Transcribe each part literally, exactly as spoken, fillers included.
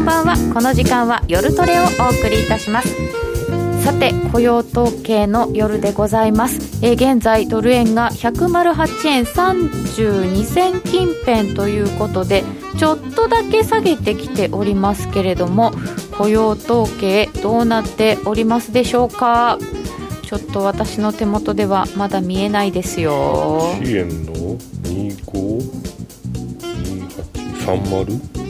んばんは。この時間は夜トレをお送りいたします。さて、雇用統計の夜でございます。えー、現在ドル円がひゃくはちえんさんじゅうに銭近辺ということで、ちょっとだけ下げてきておりますけれども、雇用統計どうなっておりますでしょうか。ちょっと私の手元ではまだ見えないですよ。 いちえんのにじゅうご、にじゅうはち、さんじゅう、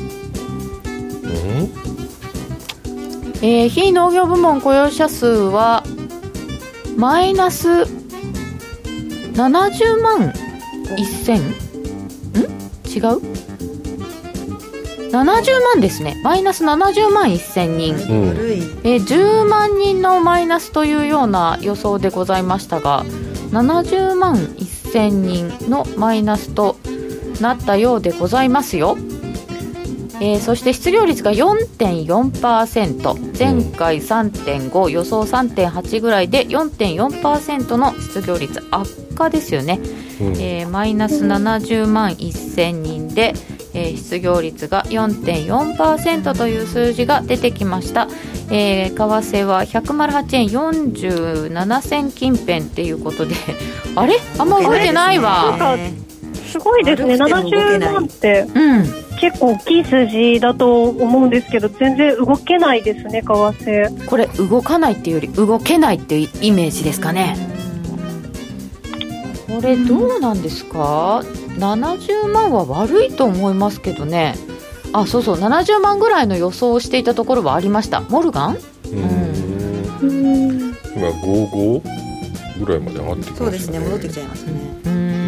うんえー、非農業部門雇用者数はマイナスななじゅうまんせん、ん違うななじゅうまんですね。マイナスななじゅうまんせんにん、うん、えー、じゅうまんにんのマイナスというような予想でございましたが、ななじゅうまんせんにんのマイナスとなったようでございますよ。えー、そして失業率が よんてんよんパーセント、 前回 さんてんご、予想 さんてんはち ぐらいで よんてんよんパーセント の失業率悪化ですよね。うん、えー、マイナスななじゅうまんせんにんで、えー、失業率が よんてんよんパーセント という数字が出てきました。えー、為替はひゃくはちえんよんじゅうなな銭近辺っていうことであれあんま動いてないわ。 なんかすごいですね。ななじゅうまんって、うん、結構大きい数字だと思うんですけど、全然動けないですね、為替。 これ動かないっていうより動けないっていうイメージですかね。これどうなんですか。ななじゅうまんは悪いと思いますけどね。あ、そうそう、ななじゅうまんぐらいの予想をしていたところはありました。モルガン、うん、 うん今ごじゅうごぐらいまで上がってきましたね。 そうですね、戻ってきちゃいますね。 うん、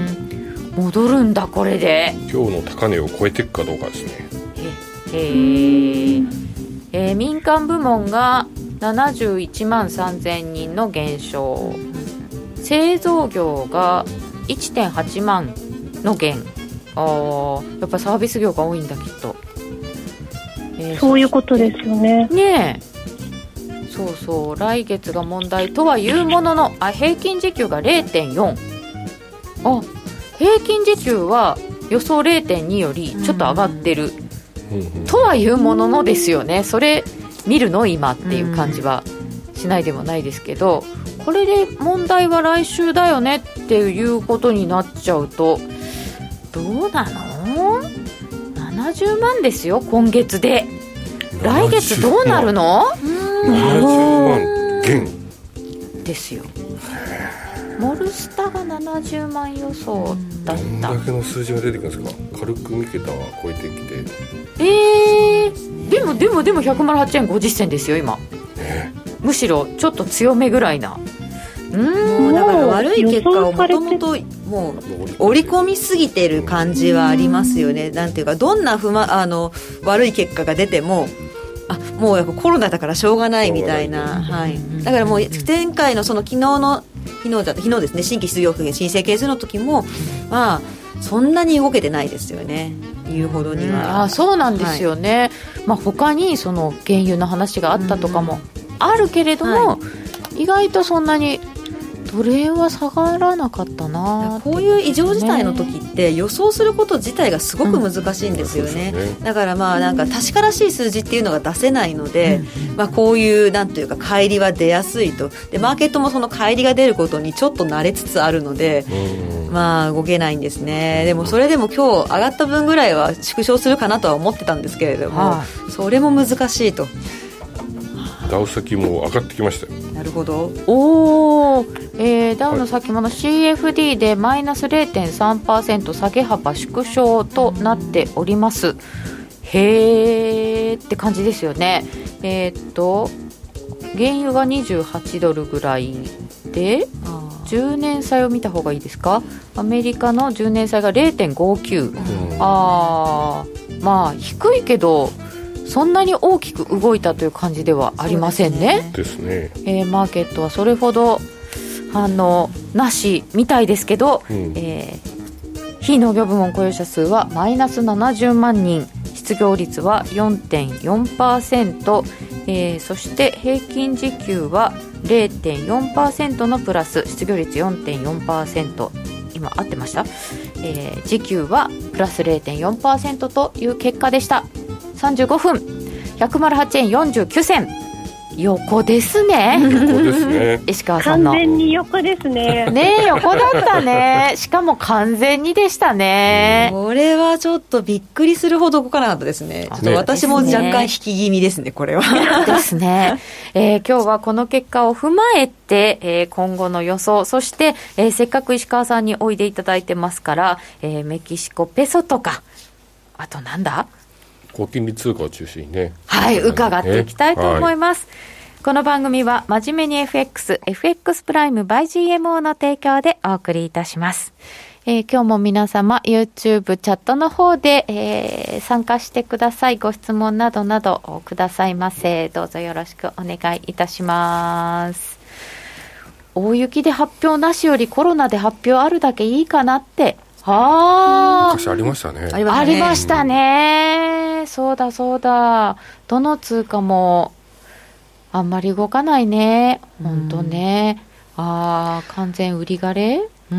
戻るんだこれで。 今日の高値を超えていくかどうかですね。 へー、えー、民間部門がななじゅういちまんさんぜんにんの減少、製造業が いってんはちまんの減。あ、やっぱサービス業が多いんだきっと。 えー、そういうことですよね。 ねえ、そうそう、来月が問題とはいうものの、あ、平均時給が れいてんよん、あ、平均時給は予想 れいてんに よりちょっと上がってる、うんうん、とはいうもののですよね。それ見るの今っていう感じはしないでもないですけど、これで問題は来週だよねっていうことになっちゃうとどうなの。ななじゅうまんですよ、今月で。来月どうなるの。 ななじゅうまん減ですよ。モルスタがななじゅうまん予想だった。どんだけの数字が出てくるんですか。軽くに桁は超えてきて、 えー、でもでもでもひゃくはちえんごじゅっ銭ですよ今、ね、むしろちょっと強めぐらいな。 うーん、もうだから悪い結果をもともともう織り込みすぎてる感じはありますよね。なんていうか、どんな不満、あの悪い結果が出ても、あ、もうやっぱコロナだからしょうがないみたいな、はい、だからもう前回のその昨日の昨日だ昨日ですね、新規失業保険申請件数の時も、まあそんなに動けてないですよね、言うほどには。 うん、あ、そうなんですよね。はい、まあ、他にその原油の話があったとかもあるけれども、はい、意外とそんなにドル円は下がらなかったな。 こういう異常事態の時って予想すること自体がすごく難しいんですよね。うん、だからまあなんか確からしい数字っていうのが出せないので、うん、まあ、こういうなんというか乖離は出やすいと。でマーケットもその乖離が出ることにちょっと慣れつつあるので、うん、まあ動けないんですね。でもそれでも今日上がった分ぐらいは縮小するかなとは思ってたんですけれども、はあ、それも難しいと。 ダウ先も上がってきましたよ。 なるほど。 おー、えー、ダウの先物 シーエフディー でマイナス れいてんさんパーセント 下げ幅縮小となっております。へーって感じですよね。えー、っと原油がにじゅうはちドルぐらいで、じゅうねん債を見た方がいいですか。アメリカのじゅうねん債が れいてんごきゅう、うん、あー、まあ低いけどそんなに大きく動いたという感じではありませんね。 ですね。 えー、マーケットはそれほど反応なしみたいですけど、うん、えー、非農業部門雇用者数はマイナスななじゅうまんにん、失業率は よんてんよんパーセント、えー、そして平均時給は れいてんよんパーセント のプラス、失業率 よんてんよんパーセント、今合ってました、えー、時給はプラス れいてんよんパーセント という結果でした。さんじゅうごふん、 ひゃくはちえんよんじゅうきゅうせん。横ですね。 横ですね。 石川さんの完全に横ですね。 ねえ、横だったね。しかも完全にでしたね。 これはちょっとびっくりするほど動かなかったですね。ちょっと私も若干引き気味ですね、これは。 ですね。えー、今日はこの結果を踏まえて、えー、今後の予想、そして、えー、せっかく石川さんにおいでいただいてますから、えー、メキシコペソとか、あとなんだ高金利通貨を中心にね、 はい、伺っていきたいと思います。はい、この番組は真面目に エフエックス、エフエックス プライム by ジーエムオー の提供でお送りいたします。えー、今日も皆様 YouTube チャットの方で、えー、参加してください。ご質問などなどくださいませ。どうぞよろしくお願いいたします。大雪で発表なしよりコロナで発表あるだけいいかなって、あ昔ありましたね。 ありましたね。ありましたね。そうだそうだ。どの通貨もあんまり動かないね。本当ね。ああ、完全売り枯れ。うん。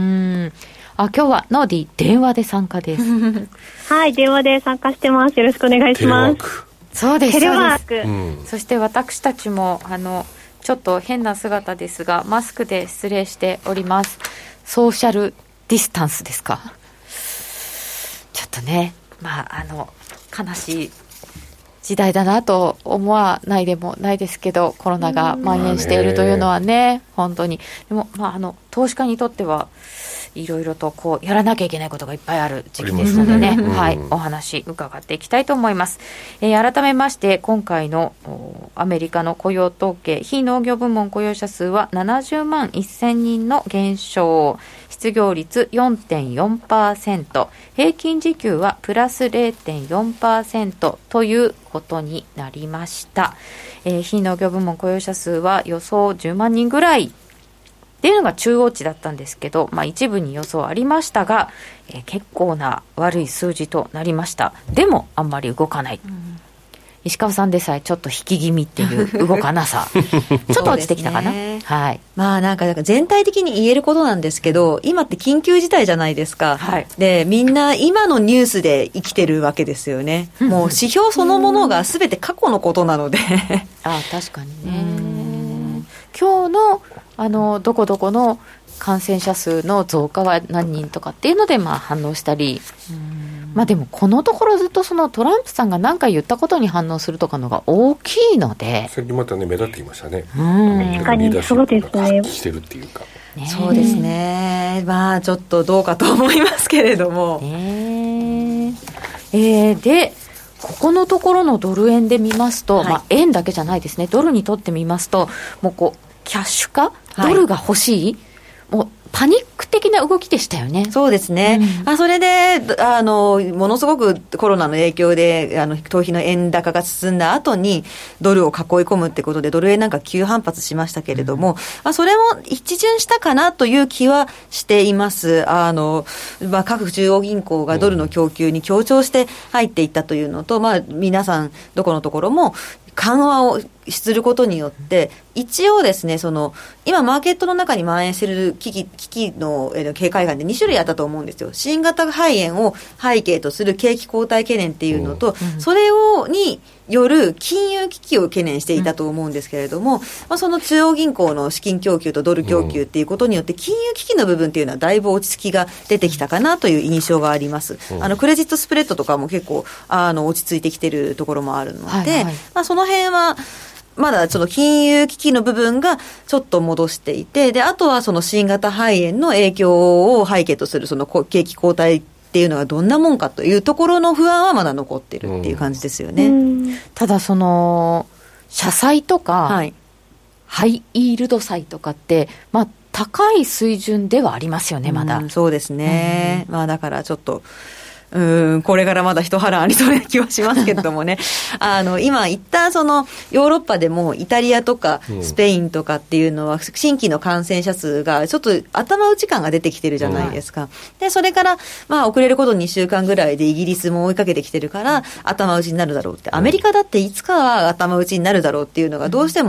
あ、今日はノーディ電話で参加です。 はい、電話で参加してます。よろしくお願いします。 そうです。 テレワーク。 うん、そして私たちもあのちょっと変な姿ですがマスクで失礼しております。ソーシャルディスタンスですか。ちょっとね、まああの悲しい時代だなと思わないでもないですけど、コロナが蔓延しているというのはね、本当に。でも、まあ、あの投資家にとってはいろいろとこうやらなきゃいけないことがいっぱいある時期ですのでね、はい、お話伺っていきたいと思います。えー、改めまして今回のアメリカの雇用統計、非農業部門雇用者数はななじゅうまんせんにんの減少、失業率 よんてんよんパーセント、平均時給はプラス れいてんよんパーセント ということになりました。えー、非農業部門雇用者数は予想じゅうまんにんぐらいっていうのが中央値だったんですけど、まあ、一部に予想ありましたが、えー、結構な悪い数字となりました。でもあんまり動かない、うん、石川さんでさえちょっと引き気味っていう動かなさちょっと落ちてきたかな、ね、はい、 まあなんか全体的に言えることなんですけど、今って緊急事態じゃないですか、はい、でみんな今のニュースで生きてるわけですよねもう指標そのものが全て過去のことなのでああ確かにね。今日のあのどこどこの感染者数の増加は何人とかっていうのでまあ反応したり、うんまあでもこのところずっとそのトランプさんが何か言ったことに反応するとかのが大きいので、 最近またね目立ってきましたね。 うん確かにそうですね。 してるっていうか、 ね、そうですね。まあちょっとどうかと思いますけれども、 ねえー、でここのところのドル円で見ますと、はいまあ、円だけじゃないですね、ドルにとってみますともうこうキャッシュ化、ドルが欲しい、はい、もうパニック的な動きでしたよね。 そうですね、うん、あそれであのものすごくコロナの影響であの逃避の円高が進んだ後にドルを囲い込むってことでドル円なんか急反発しましたけれども、うんまあ、それも一巡したかなという気はしています。あの、まあ、各中央銀行がドルの供給に協調して入っていったというのと、まあ、皆さんどこのところも緩和をすることによって一応ですね、その今マーケットの中に蔓延している危機、危機の警戒感でに種類あったと思うんですよ。新型肺炎を背景とする景気後退懸念っていうのと、うん、それをによる金融危機を懸念していたと思うんですけれども、うんまあ、その中央銀行の資金供給とドル供給っていうことによって金融危機の部分っていうのはだいぶ落ち着きが出てきたかなという印象があります、うん、あのクレジットスプレッドとかも結構あの落ち着いてきてるところもあるので、はいはいまあ、その辺はまだその金融危機の部分がちょっと戻していて、であとはその新型肺炎の影響を背景とするその景気後退っていうのはどんなもんかというところの不安はまだ残ってるっていう感じですよね、うん、 ただその社債とか、はい、ハイイールド債とかって、まあ、高い水準ではありますよねまだ、 うん、そうですね、うんまあ、だからちょっとうーんこれからまだ一波乱ありそうな気はしますけれどもねあの今一旦そのヨーロッパでもイタリアとかスペインとかっていうのは新規の感染者数がちょっと頭打ち感が出てきてるじゃないですか、うん、でそれからまあ遅れることにしゅうかんぐらいでイギリスも追いかけてきてるから頭打ちになるだろうって、アメリカだっていつかは頭打ちになるだろうっていうのがどうしても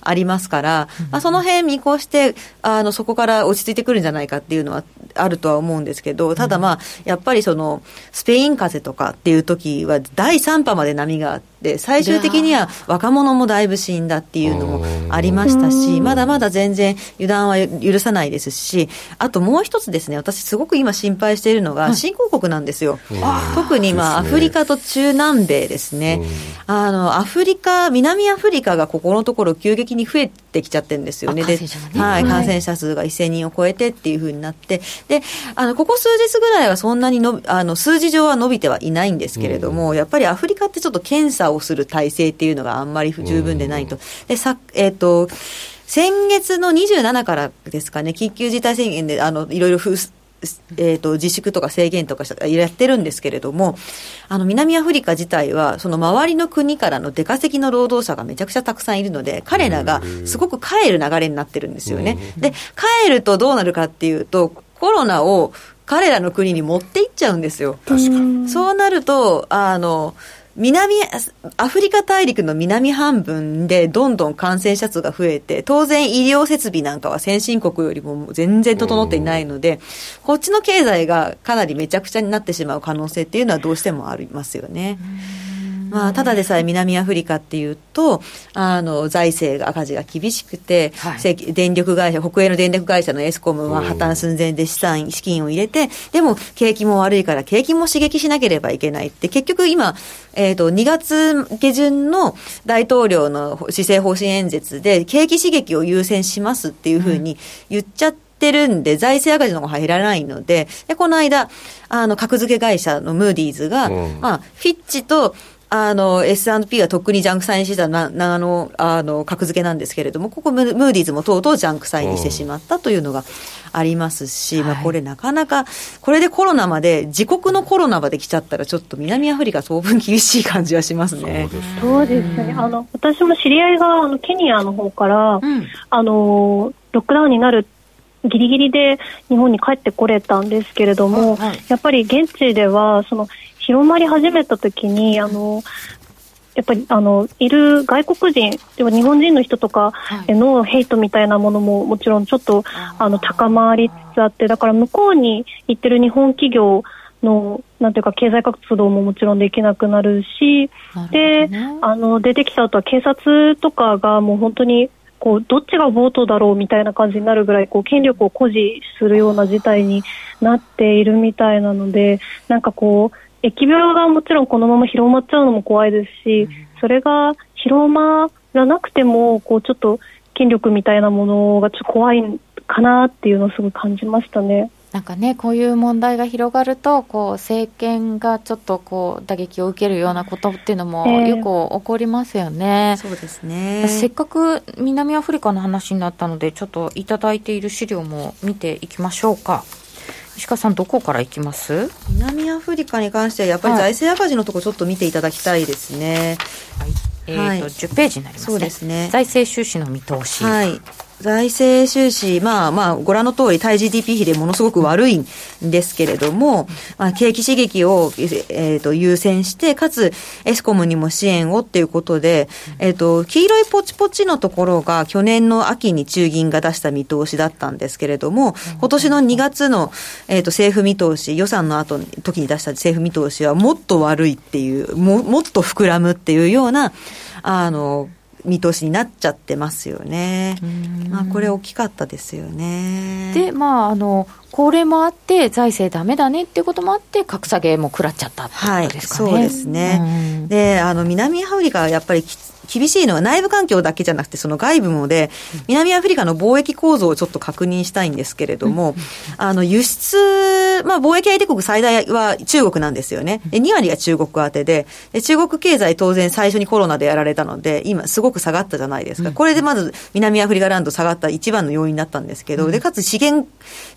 ありますから、うんまあ、その辺見越してあのそこから落ち着いてくるんじゃないかっていうのはあるとは思うんですけど、ただまあやっぱりそのスペイン風邪とかっていう時はだいさん波まで波があって、最終的には若者もだいぶ死んだっていうのもありましたし、まだまだ全然油断は許さないですし、あともう一つですね、私すごく今心配しているのが新興国なんですよ、うん、特にまあアフリカと中南米ですね、うん、あのアフリカ南アフリカがここのところ急激に増えてきちゃってるんですよね。で、はい、感染者数がせんにんを超えてっていう風になって、であのここ数日ぐらいはそんなにのあの数字上は伸びてはいないんですけれども、うん、やっぱりアフリカってちょっと検査をする体制っていうのがあんまり十分でないと、うん、でさ、えーと先月のにじゅうしちからですかね、緊急事態宣言であのいろいろ風えーと、自粛とか制限とかやってるんですけれども、あの南アフリカ自体はその周りの国からの出稼ぎの労働者がめちゃくちゃたくさんいるので、彼らがすごく帰る流れになってるんですよね。で帰るとどうなるかっていうと、コロナを彼らの国に持っていっちゃうんですよ。 確かに。 そうなるとあの南アフリカ大陸の南半分でどんどん感染者数が増えて、当然医療設備なんかは先進国よりも全然整っていないので、こっちの経済がかなりめちゃくちゃになってしまう可能性っていうのはどうしてもありますよね。まあ、ただでさえ南アフリカっていうとあの財政が赤字が厳しくて、はい、電力会社国営の電力会社のエスコムは破綻寸前で資産資金を入れて、でも景気も悪いから景気も刺激しなければいけないって、結局今、えーと、にがつ下旬の大統領の施政方針演説で景気刺激を優先しますっていうふうに言っちゃって、うんてるんで財政赤字の方が入らないので、でこの間あの格付け会社のムーディーズが、うんまあ、フィッチとあの エスアンドピー がとっくにジャンク債にしてたなあのあの格付けなんですけれども、ここムーディーズもとうとうジャンク債にしてしまったというのがありますし、うんまあ、これなかなかこれでコロナまで自国のコロナまで来ちゃったらちょっと南アフリカ当分厳しい感じはしますね。 そうですね。あの私も知り合いがあのケニアの方から、うん、あのロックダウンになるギリギリで日本に帰ってこれたんですけれども、はい、やっぱり現地ではその広まり始めた時にあのやっぱりあのいる外国人では日本人の人とかへのヘイトみたいなものももちろんちょっとあの高まりつつあって、だから向こうに行ってる日本企業のなんていうか経済活動ももちろんできなくなるし、であの出てきた後は警察とかがもう本当にこうどっちがボートだろうみたいな感じになるぐらいこう権力を誇示するような事態になっているみたいなので、なんかこう疫病がもちろんこのまま広まっちゃうのも怖いですし、それが広まらなくてもこうちょっと権力みたいなものがちょっと怖いかなっていうのをすごい感じましたね。 なんかね、こういう問題が広がるとこう政権がちょっとこう打撃を受けるようなことっていうのもよく起こりますよね、 えー、そうですね。 せっかく南アフリカの話になったのでちょっといただいている資料も見ていきましょうか。石川さんどこからいきます？ 南アフリカに関してはやっぱり財政赤字のところちょっと見ていただきたいですね。 はい、えーとはい、じゅっページになりますね。 そうですね。 財政収支の見通し。 はい。財政収支、まあまあ、ご覧の通り、対 ジーディーピー 比でものすごく悪いんですけれども、まあ、景気刺激を、えーと、優先して、かつ、エスコムにも支援をっていうことで、えっと、黄色いポチポチのところが、去年の秋に中銀が出した見通しだったんですけれども、今年のにがつの、えーと、政府見通し、予算の後、時に出した政府見通しは、もっと悪いっていう、も、もっと膨らむっていうような、あの、見通しになっちゃってますよね。まあ、これ大きかったですよね。 で、まあ、あのこれもあって財政ダメだねっていうこともあって格下げも食らっちゃったってことですかね。 はい、そうですね。で、あの南アフリカはやっぱりき厳しいのは内部環境だけじゃなくてその外部もで、南アフリカの貿易構造をちょっと確認したいんですけれども、あの輸出、まあ、貿易相手国最大は中国なんですよね。に割が中国宛てで、で中国経済当然最初にコロナでやられたので今すごく下がったじゃないですか。これでまず南アフリカランド下がった一番の要因になったんですけど、でかつ資源資源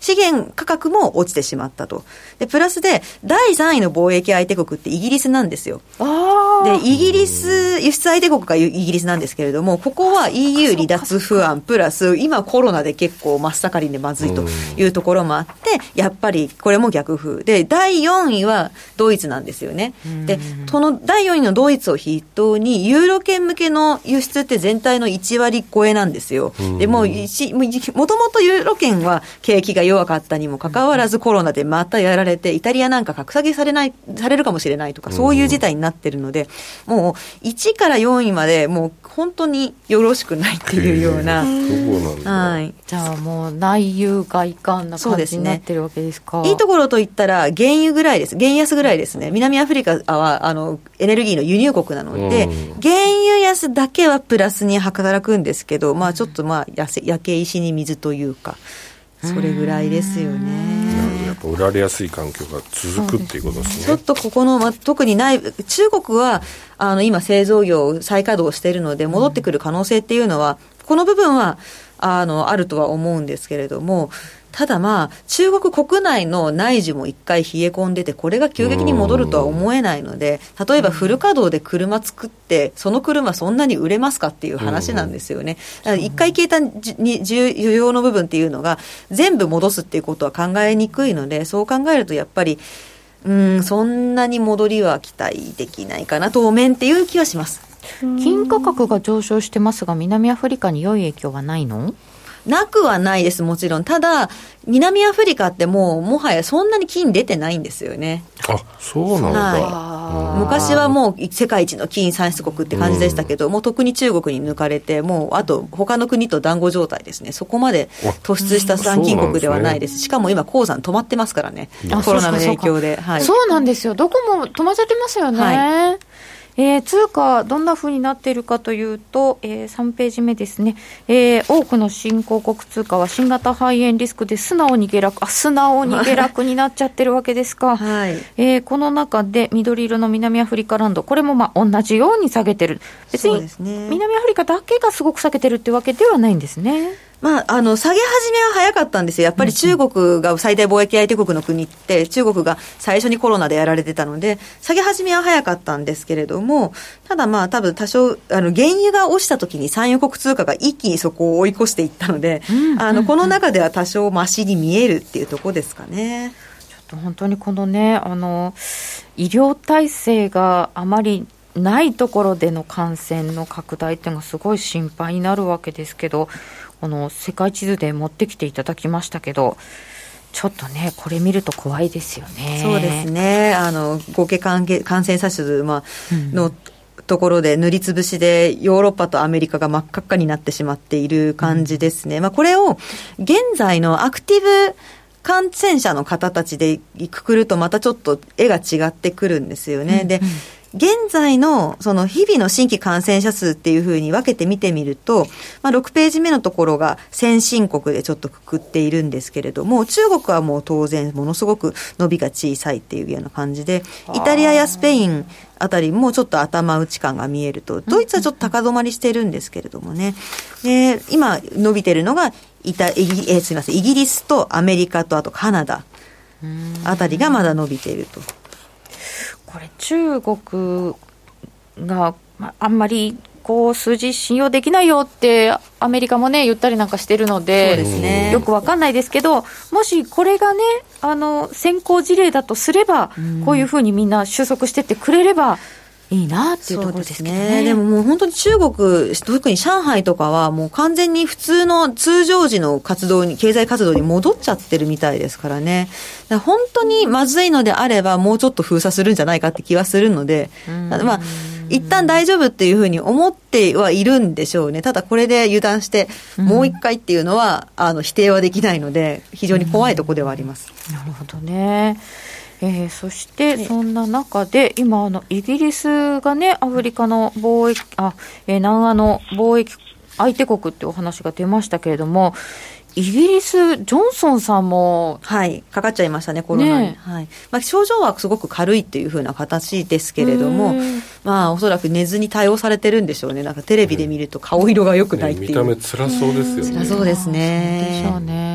産価格も落ちてしまったと。でプラスでだいさんいの貿易相手国ってイギリスなんですよ。 あでイギリス輸出相手国がイギリスなんですけれども、ここは イーユー 離脱不安プラス今コロナで結構真っ盛りでまずいというところもあって、やっぱりこれも逆風でだいよんいはドイツなんですよね。でそのだいよんいのドイツを筆頭にユーロ圏向けの輸出って全体のいちわり超えなんですよ。でもうもともとユーロ圏は景気が弱かったにもかかわらずコロナでまたやられて、イタリアなんか格下げされないされるかもしれないとか、そういう事態になってるので、もういちからよんいまでもう本当によろしくないっていうような、 そうなんだ。 はい、 じゃあもう内憂外患な感じになってるわけですか。 いいところといったら原油ぐらいです。原安ぐらいですね。南アフリカはあのエネルギーの輸入国なので、うん、原油安だけはプラスに働くんですけど、まあちょっとまあ焼け石に水というか、それぐらいですよね。 やっぱ売られやすい環境が続くっていうことですね。 ちょっとここの、まあ、特に内部中国はあの今製造業を再稼働しているので戻ってくる可能性っていうのは、うん、この部分はあのあるとは思うんですけれども、ただまあ中国国内の内需も一回冷え込んでて、これが急激に戻るとは思えないので、例えばフル稼働で車作ってその車そんなに売れますかっていう話なんですよね。だから一回消えた需要の部分っていうのが全部戻すっていうことは考えにくいので、そう考えるとやっぱりうーんそんなに戻りは期待できないかな当面っていう気はします。 金価格が上昇してますが、南アフリカに良い影響はないの？ なくはないです、もちろん。ただ南アフリカってもうもはやそんなに金出てないんですよね。 あ、そうなんだ、 はい、昔はもう世界一の金産出国って感じでしたけど、もう特に中国に抜かれて、もうあと他の国と団子状態ですね。そこまで突出した産金国ではないです。しかも今鉱山止まってますからね、コロナの影響で。はい、 そうなんですよ。どこも止まっちゃってますよね。はい、えー、通貨どんな風になっているかというと、えー、さんページ目ですね、えー、多くの新興国通貨は新型肺炎リスクで素直に下落、あ素直に下落になっちゃってるわけですか、はい、えー、この中で緑色の南アフリカランド、これもまあ同じように下げてる。別に南アフリカだけがすごく下げてるってわけではないんですね。 まあ、あの下げ始めは早かったんですよ。やっぱり中国が最大貿易相手国の国って、中国が最初にコロナでやられてたので下げ始めは早かったんですけれども、ただまあ多分多少あの原油が落ちた時に産油国通貨が一気にそこを追い越していったので、うん、あのこの中では多少マシに見えるっていうところですかね。 ちょっと本当にこのね、あの医療体制があまりないところでの感染の拡大っていうのがすごい心配になるわけですけど、この世界地図で持ってきていただきましたけど、ちょっとねこれ見ると怖いですよね。 そうですね。あの合計感染者数、まあうん、のところで塗りつぶしでヨーロッパとアメリカが真っ赤っかになってしまっている感じですね、うん、まあ、これを現在のアクティブ感染者の方たちでくくるとまたちょっと絵が違ってくるんですよね、うん、で現在のその日々の新規感染者数っていう風に分けて見てみると、まあ、ろくページ目のところが先進国でちょっとくくっているんですけれども、中国はもう当然ものすごく伸びが小さいっていうような感じで、イタリアやスペインあたりもちょっと頭打ち感が見えると、ドイツはちょっと高止まりしてるんですけれどもね、で今伸びてるのがイタ、えー、すみませんイギリスとアメリカとあとカナダあたりがまだ伸びていると。 これ中国があんまりこう数字信用できないよってアメリカもね言ったりなんかしてるので、そうですね、よくわかんないですけど、もしこれがねあの先行事例だとすれば、うん、こういうふうにみんな収束してってくれればいいなっていうところですけどね。 そうですね。でももう本当に中国、特に上海とかはもう完全に普通の通常時の活動に、経済活動に戻っちゃってるみたいですからね。だから本当にまずいのであればもうちょっと封鎖するんじゃないかって気はするので、まあ一旦大丈夫っていうふうに思ってはいるんでしょうね。ただこれで油断してもう一回っていうのは、うん、あの否定はできないので非常に怖いところではあります。 なるほどね。えー、そしてそんな中で今あのイギリスがねアフリカの貿易あ、えー、南アの貿易相手国っていうお話が出ましたけれども、イギリスジョンソンさんもはいかかっちゃいましたねコロナに、ね、はい、まあ、症状はすごく軽いっていう風な形ですけれども、まあおそらく寝ずに対応されてるんでしょうね。なんかテレビで見ると顔色が良くないっていう、 ね、見た目辛そうですよね。 辛そうですね。 そうでしょうね。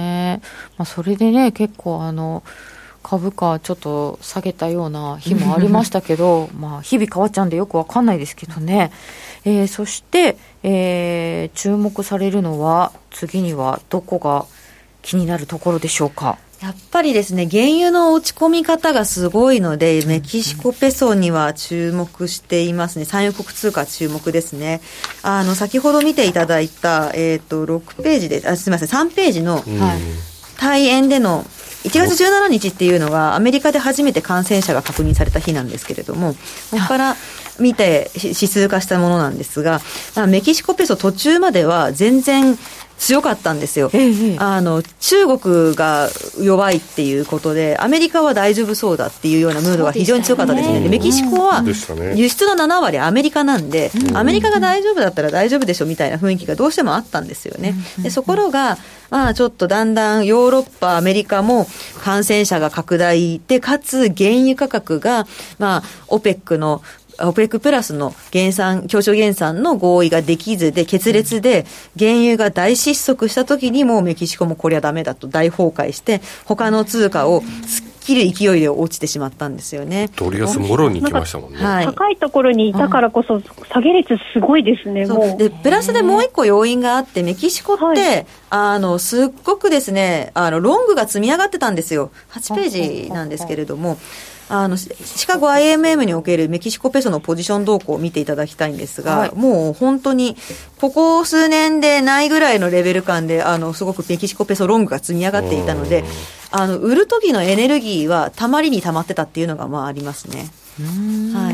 まあ、それでね結構あの株価ちょっと下げたような日もありましたけどまあ日々変わっちゃうんでよくわかんないですけどね、えー、そして、えー、注目されるのは次にはどこが気になるところでしょうか。 やっぱりですね、原油の落ち込み方がすごいので、メキシコペソには注目していますね。産油国通貨注目ですね。あの、先ほど見ていただいた、えっと、ろくページで、あ、すみません、さんページの、対円での、いちがつじゅうしちにちっていうのがアメリカで初めて感染者が確認された日なんですけれども、ここから見て指数化したものなんですが、メキシコペソ途中までは全然強かったんですよ、ええ、あの中国が弱いっていうことでアメリカは大丈夫そうだっていうようなムードが非常に強かったですね。でメキシコは輸出のななわりアメリカなんで、うん、アメリカが大丈夫だったら大丈夫でしょみたいな雰囲気がどうしてもあったんですよね。でそこがまあちょっとだんだんヨーロッパアメリカも感染者が拡大でかつ原油価格がまあ オペック のオペック プラスの減産、協調減産の合意ができずで決裂で原油が大失速した時にもうメキシコもこりゃダメだと大崩壊して他の通貨を突っ切る勢いで落ちてしまったんですよね。 ドル安もろに行きましたもんね。 はい、高いところにいたからこそ下げ率すごいですね。もうでプラスでもう一個要因があってメキシコって、はい、あのすっごくですねあのロングが積み上がってたんですよ。はちページなんですけれどもあのシカゴ アイエムエム におけるメキシコペソのポジション動向を見ていただきたいんですが、はい、もう本当にここ数年でないぐらいのレベル感であのすごくメキシコペソロングが積み上がっていたのであの売る時のエネルギーはたまりにたまってたっていうのがまあありますね。はい、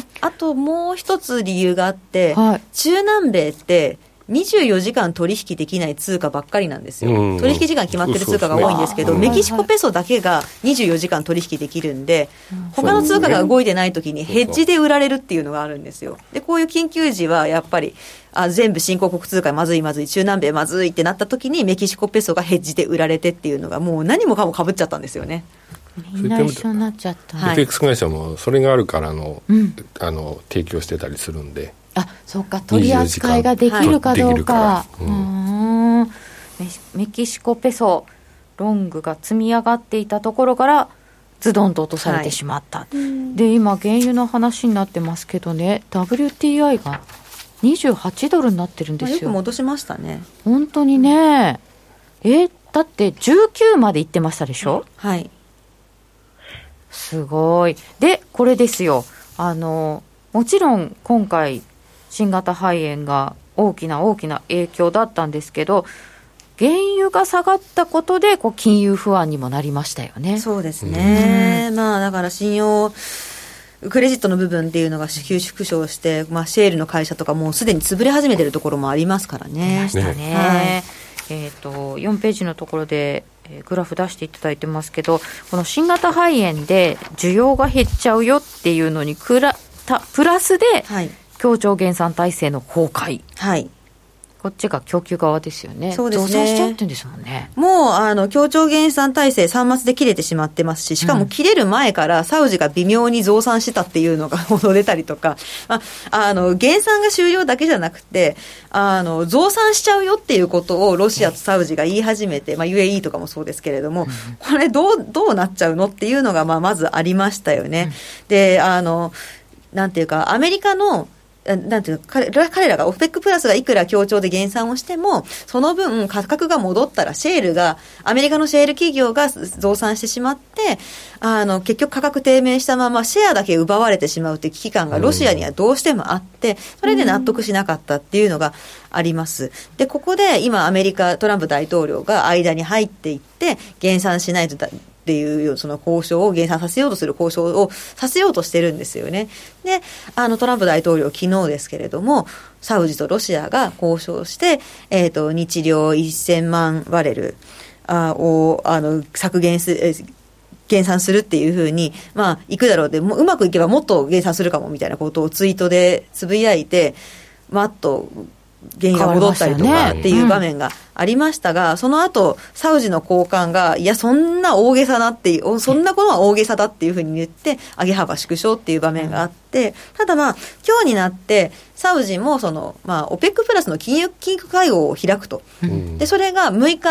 あともう一つ理由があって、はい、中南米ってにじゅうよじかん取引できない通貨ばっかりなんですよ、うん、取引時間決まってる通貨が多いんですけど、メキシコペソだけがにじゅうよじかん取引できるんで、他の通貨が動いてない時にヘッジで売られるっていうのがあるんですよ。でこういう緊急時はやっぱりあ全部新興国通貨まずいまずい中南米まずいってなった時にメキシコペソがヘッジで売られてっていうのがもう何もかもかぶっちゃったんですよね。 みんな一緒になっちゃった。 エフエックス 会社もそれがあるからの、うん、あの提供してたりするんで、 あ、そうか、取り扱いができるかどうか、うん、うーん メ, メキシコペソロングが積み上がっていたところからズドンと落とされてしまった、はい、で今原油の話になってますけどね ダブリューティーアイ がにじゅうはちドルになってるんですよ。 よく戻しましたね本当にね。えだってじゅうきゅうまで行ってましたでしょ。 はい、 すごい。でこれですよ、あのもちろん今回新型肺炎が大きな大きな影響だったんですけど、原油が下がったことでこう金融不安にもなりましたよね。 そうですね、まあ、だから信用クレジットの部分っていうのが縮小して、まあ、シェールの会社とかもうすでに潰れ始めてるところもありますからね。 ありましたね、はい、えーと、よんページのところでグラフ出していただいてますけど、この新型肺炎で需要が減っちゃうよっていうのにくらたプラスで、はい、協調減産体制の崩壊、はい、こっちが供給側ですよね。 そうですね、 増産しちゃってんですもんね。 もうあの協調減産体制さん末で切れてしまってますし、しかも切れる前からサウジが微妙に増産してたっていうのが報道出たりとか、まあ、あの減産が終了だけじゃなくてあの増産しちゃうよっていうことをロシアとサウジが言い始めて、まあ、ユーエーイー とかもそうですけれども、これどうどうなっちゃうのっていうのが、まあ、まずありましたよね。であのなんていうかアメリカのなんていうの彼ら、彼らが オペック プラスがいくら協調で減産をしてもその分価格が戻ったらシェールがアメリカのシェール企業が増産してしまってあの結局価格低迷したままシェアだけ奪われてしまうという危機感がロシアにはどうしてもあってそれで納得しなかったっていうのがあります。でここで今アメリカトランプ大統領が間に入っていって減産しないとだっていうその交渉を減産させようとする交渉をさせようとしてるんですよね。であのトランプ大統領昨日ですけれどもサウジとロシアが交渉して、えー、と日量せんまんバレルあをあの削減する減産するっていうふうに、まあ、いくだろうでもうまくいけばもっと減産するかもみたいなことをツイートでつぶやいてまっと原油が戻ったりとかっていう場面がありましたが、うん、その後サウジの高官がいやそんな大げさなっていうそんなことは大げさだっていうふうに言って上げ幅縮小っていう場面があって、うん、ただまあ今日になってサウジもその、まあ、オペック プラスの金融緊急会合を開くと、うん、でそれがむいか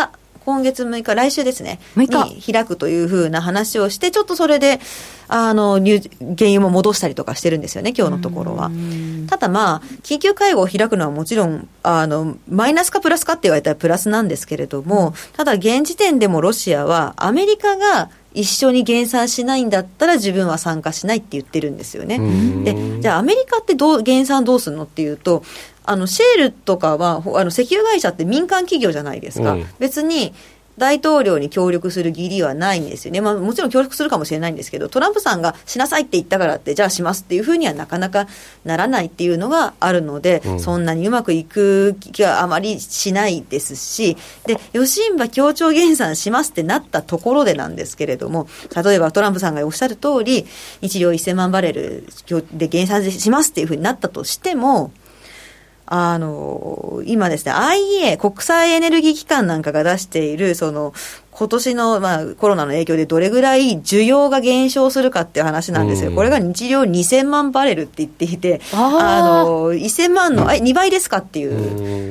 今月むいか、来週ですね、 むいかに開くというふうな話をして、ちょっとそれで、あの、原油も戻したりとかしてるんですよね、今日のところは。ただまあ、緊急会合を開くのはもちろん、あの、マイナスかプラスかって言われたらプラスなんですけれども、うん、ただ現時点でもロシアは、アメリカが一緒に減産しないんだったら自分は参加しないって言ってるんですよね。で、じゃあアメリカってどう、減産どうするのっていうと、あの、シェールとかは、あの、石油会社って民間企業じゃないですか。うん、別に、大統領に協力する義理はないんですよね。まあもちろん協力するかもしれないんですけど、トランプさんがしなさいって言ったからって、じゃあしますっていうふうにはなかなかならないっていうのがあるので、うん、そんなにうまくいく気があまりしないですし、で、吉ンバ協調減産しますってなったところでなんですけれども、例えばトランプさんがおっしゃる通り、日量せんまんバレルで減産しますっていうふうになったとしても、あの、今ですね、アイイーエー、国際エネルギー機関なんかが出している、その、今年の、まあ、コロナの影響でどれぐらい需要が減少するかっていう話なんですよ。うん、これが日量にせんまんバレルって言っていて、あ, あの、せんまんの、え、にばいですかっていう。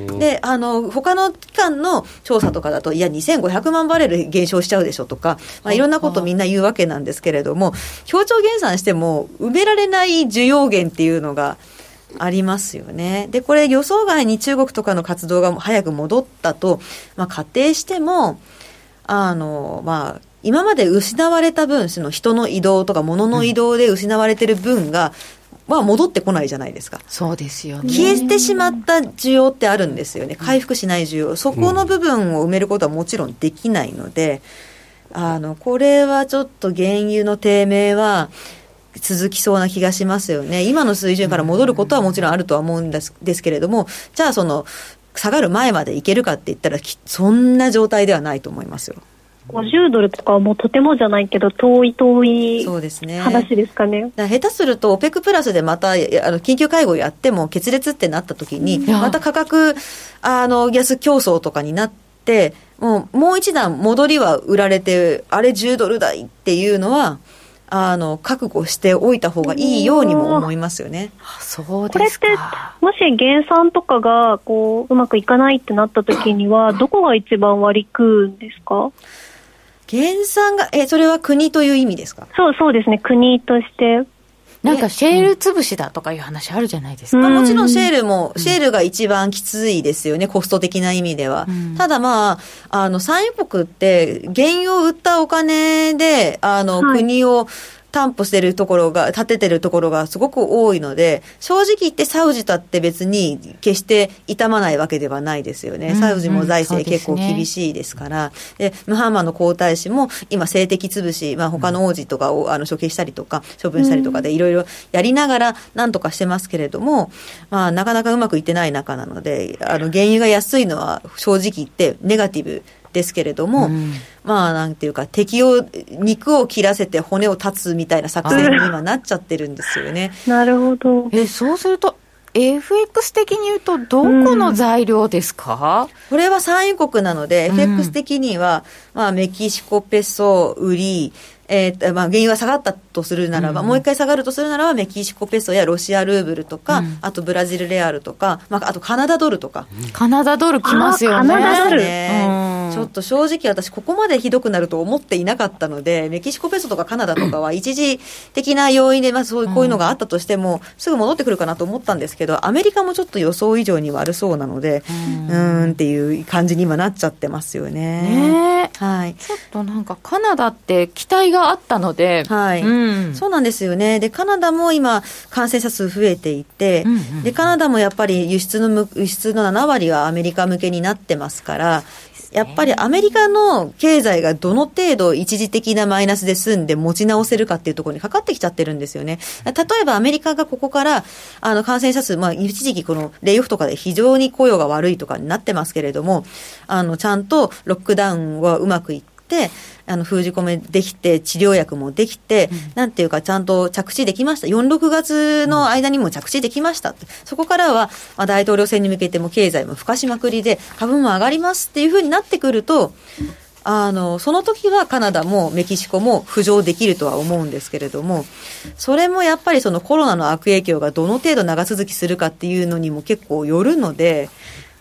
うん、で、あの、他の機関の調査とかだと、いや、にせんごひゃくまんバレル減少しちゃうでしょとか、まあ、いろんなことみんな言うわけなんですけれども、協調減産しても埋められない需要減っていうのが、ありますよね。で、これ予想外に中国とかの活動が早く戻ったと、まあ、仮定しても、あの、まあ、今まで失われた分、その人の移動とか物の移動で失われてる分が、うん、まあ、戻ってこないじゃないですか。 そうですよね。 消えてしまった需要ってあるんですよね。回復しない需要。そこの部分を埋めることはもちろんできないので、あの、これはちょっと原油の低迷は、続きそうな気がしますよね。今の水準から戻ることはもちろんあるとは思うんです、ですけれども、じゃあその下がる前までいけるかって言ったらそんな状態ではないと思いますよ。 ごじゅうドルとかはもうとてもじゃないけど遠い遠いそうですね話ですかね。 だから下手すると オペック プラスでまたあの緊急会合やっても決裂ってなった時にまた価格あの安競争とかになってもう、もう一段戻りは売られてあれじゅうドル台っていうのはあの覚悟しておいた方がいいようにも思いますよね。 そうですか。 これってもし減産とかがこううまくいかないってなった時にはどこが一番割り食うんですか？ 減産がえそれは国という意味ですか？ そうそうですね、国として。 なんかシェール潰しだとかいう話あるじゃないですか。 まあ、もちろんシェールも、シェールが一番きついですよね、コスト的な意味では。うん、ただまあ、あの、産油国って原油を売ったお金で、あの、はい、国を担保してるところが、立ててるところがすごく多いので、正直言ってサウジだって別に決して傷まないわけではないですよね。うん、サウジも財政結構厳しいですから。で、ね、ムハンマド皇太子も今政敵潰し、まあ他の王子とかをあの処刑したりとか、処分したりとかでいろいろやりながらなんとかしてますけれども、まあなかなかうまくいってない中なので、あの原油が安いのは正直言ってネガティブですけれども、うん、まあなんていうか敵を肉を切らせて骨を断つみたいな作戦に今なっちゃってるんですよね。 なるほど。 えそうすると エフエックス 的に言うとどこの材料ですか？ うん、これは産油国なので、うん、エフエックス 的には、まあ、メキシコペソ売りえーまあ、原油が下がったとするならば、うん、もう一回下がるとするならばメキシコペソやロシアルーブルとか、うん、あとブラジルレアルとか、まあ、あとカナダドルとか、 うん、カナダドルきますよね。 カナダドル、 ね、ちょっと正直私ここまでひどくなると思っていなかったので、メキシコペソとかカナダとかは一時的な要因で、まあ、そういうこういうのがあったとしても、うん、すぐ戻ってくるかなと思ったんですけど、アメリカもちょっと予想以上に悪そうなので、うん、うーんっていう感じに今なっちゃってますよね。 ね、 はい、 ちょっとなんかカナダって期待があったので、 はい、うん、そうなんですよね。でカナダも今感染者数増えていて、うんうん、でカナダもやっぱり輸出の輸出のななわりはアメリカ向けになってますから、やっぱりアメリカの経済がどの程度一時的なマイナスで済んで持ち直せるかっていうところにかかってきちゃってるんですよね。例えばアメリカがここからあの感染者数、まあ、一時期このレイオフとかで非常に雇用が悪いとかになってますけれども、あのちゃんとロックダウンはうまくいってあの封じ込めできて治療薬もできて、うん、なんていうかちゃんと着地できました。よん、ろくがつの間にも着地できましたって、うん、そこからは、まあ、大統領選に向けても経済もふかしまくりで株も上がりますっていう風になってくると、あのその時はカナダもメキシコも浮上できるとは思うんですけれども、それもやっぱりそのコロナの悪影響がどの程度長続きするかっていうのにも結構よるので、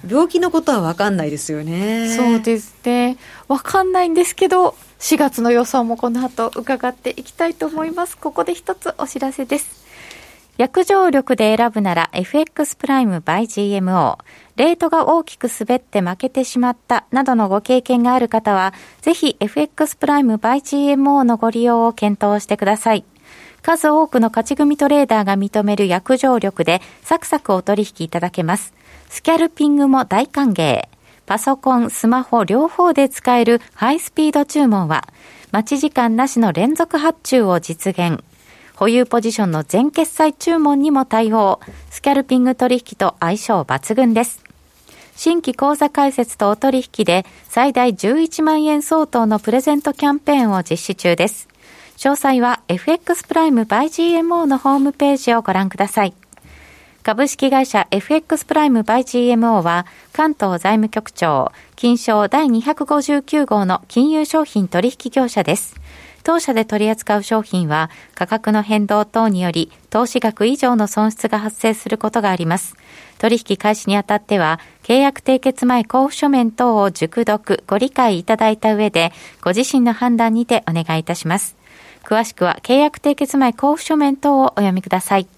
病気のことは分かんないですよね。 そうですね、分かんないんですけどしがつの予想もこの後伺っていきたいと思います。ここで一つお知らせです。約定力で選ぶなら エフエックス プライム by ジーエムオー、 レートが大きく滑って負けてしまったなどのご経験がある方はぜひ エフエックス プライム by ジーエムオー のご利用を検討してください。数多くの勝ち組トレーダーが認める約定力でサクサクお取引いただけます。スキャルピングも大歓迎。パソコン、スマホ両方で使えるハイスピード注文は待ち時間なしの連続発注を実現。保有ポジションの全決済注文にも対応。スキャルピング取引と相性抜群です。新規口座開設とお取引で最大じゅういちまんえん相当のプレゼントキャンペーンを実施中です。詳細は エフエックス プライム by ジーエムオー のホームページをご覧ください。株式会社 エフエックス プライム by ジーエムオー は関東財務局長金商第にひゃくごじゅうきゅう号の金融商品取引業者です。当社で取り扱う商品は価格の変動等により投資額以上の損失が発生することがあります。取引開始にあたっては契約締結前交付書面等を熟読ご理解いただいた上でご自身の判断にてお願いいたします。詳しくは契約締結前交付書面等をお読みください。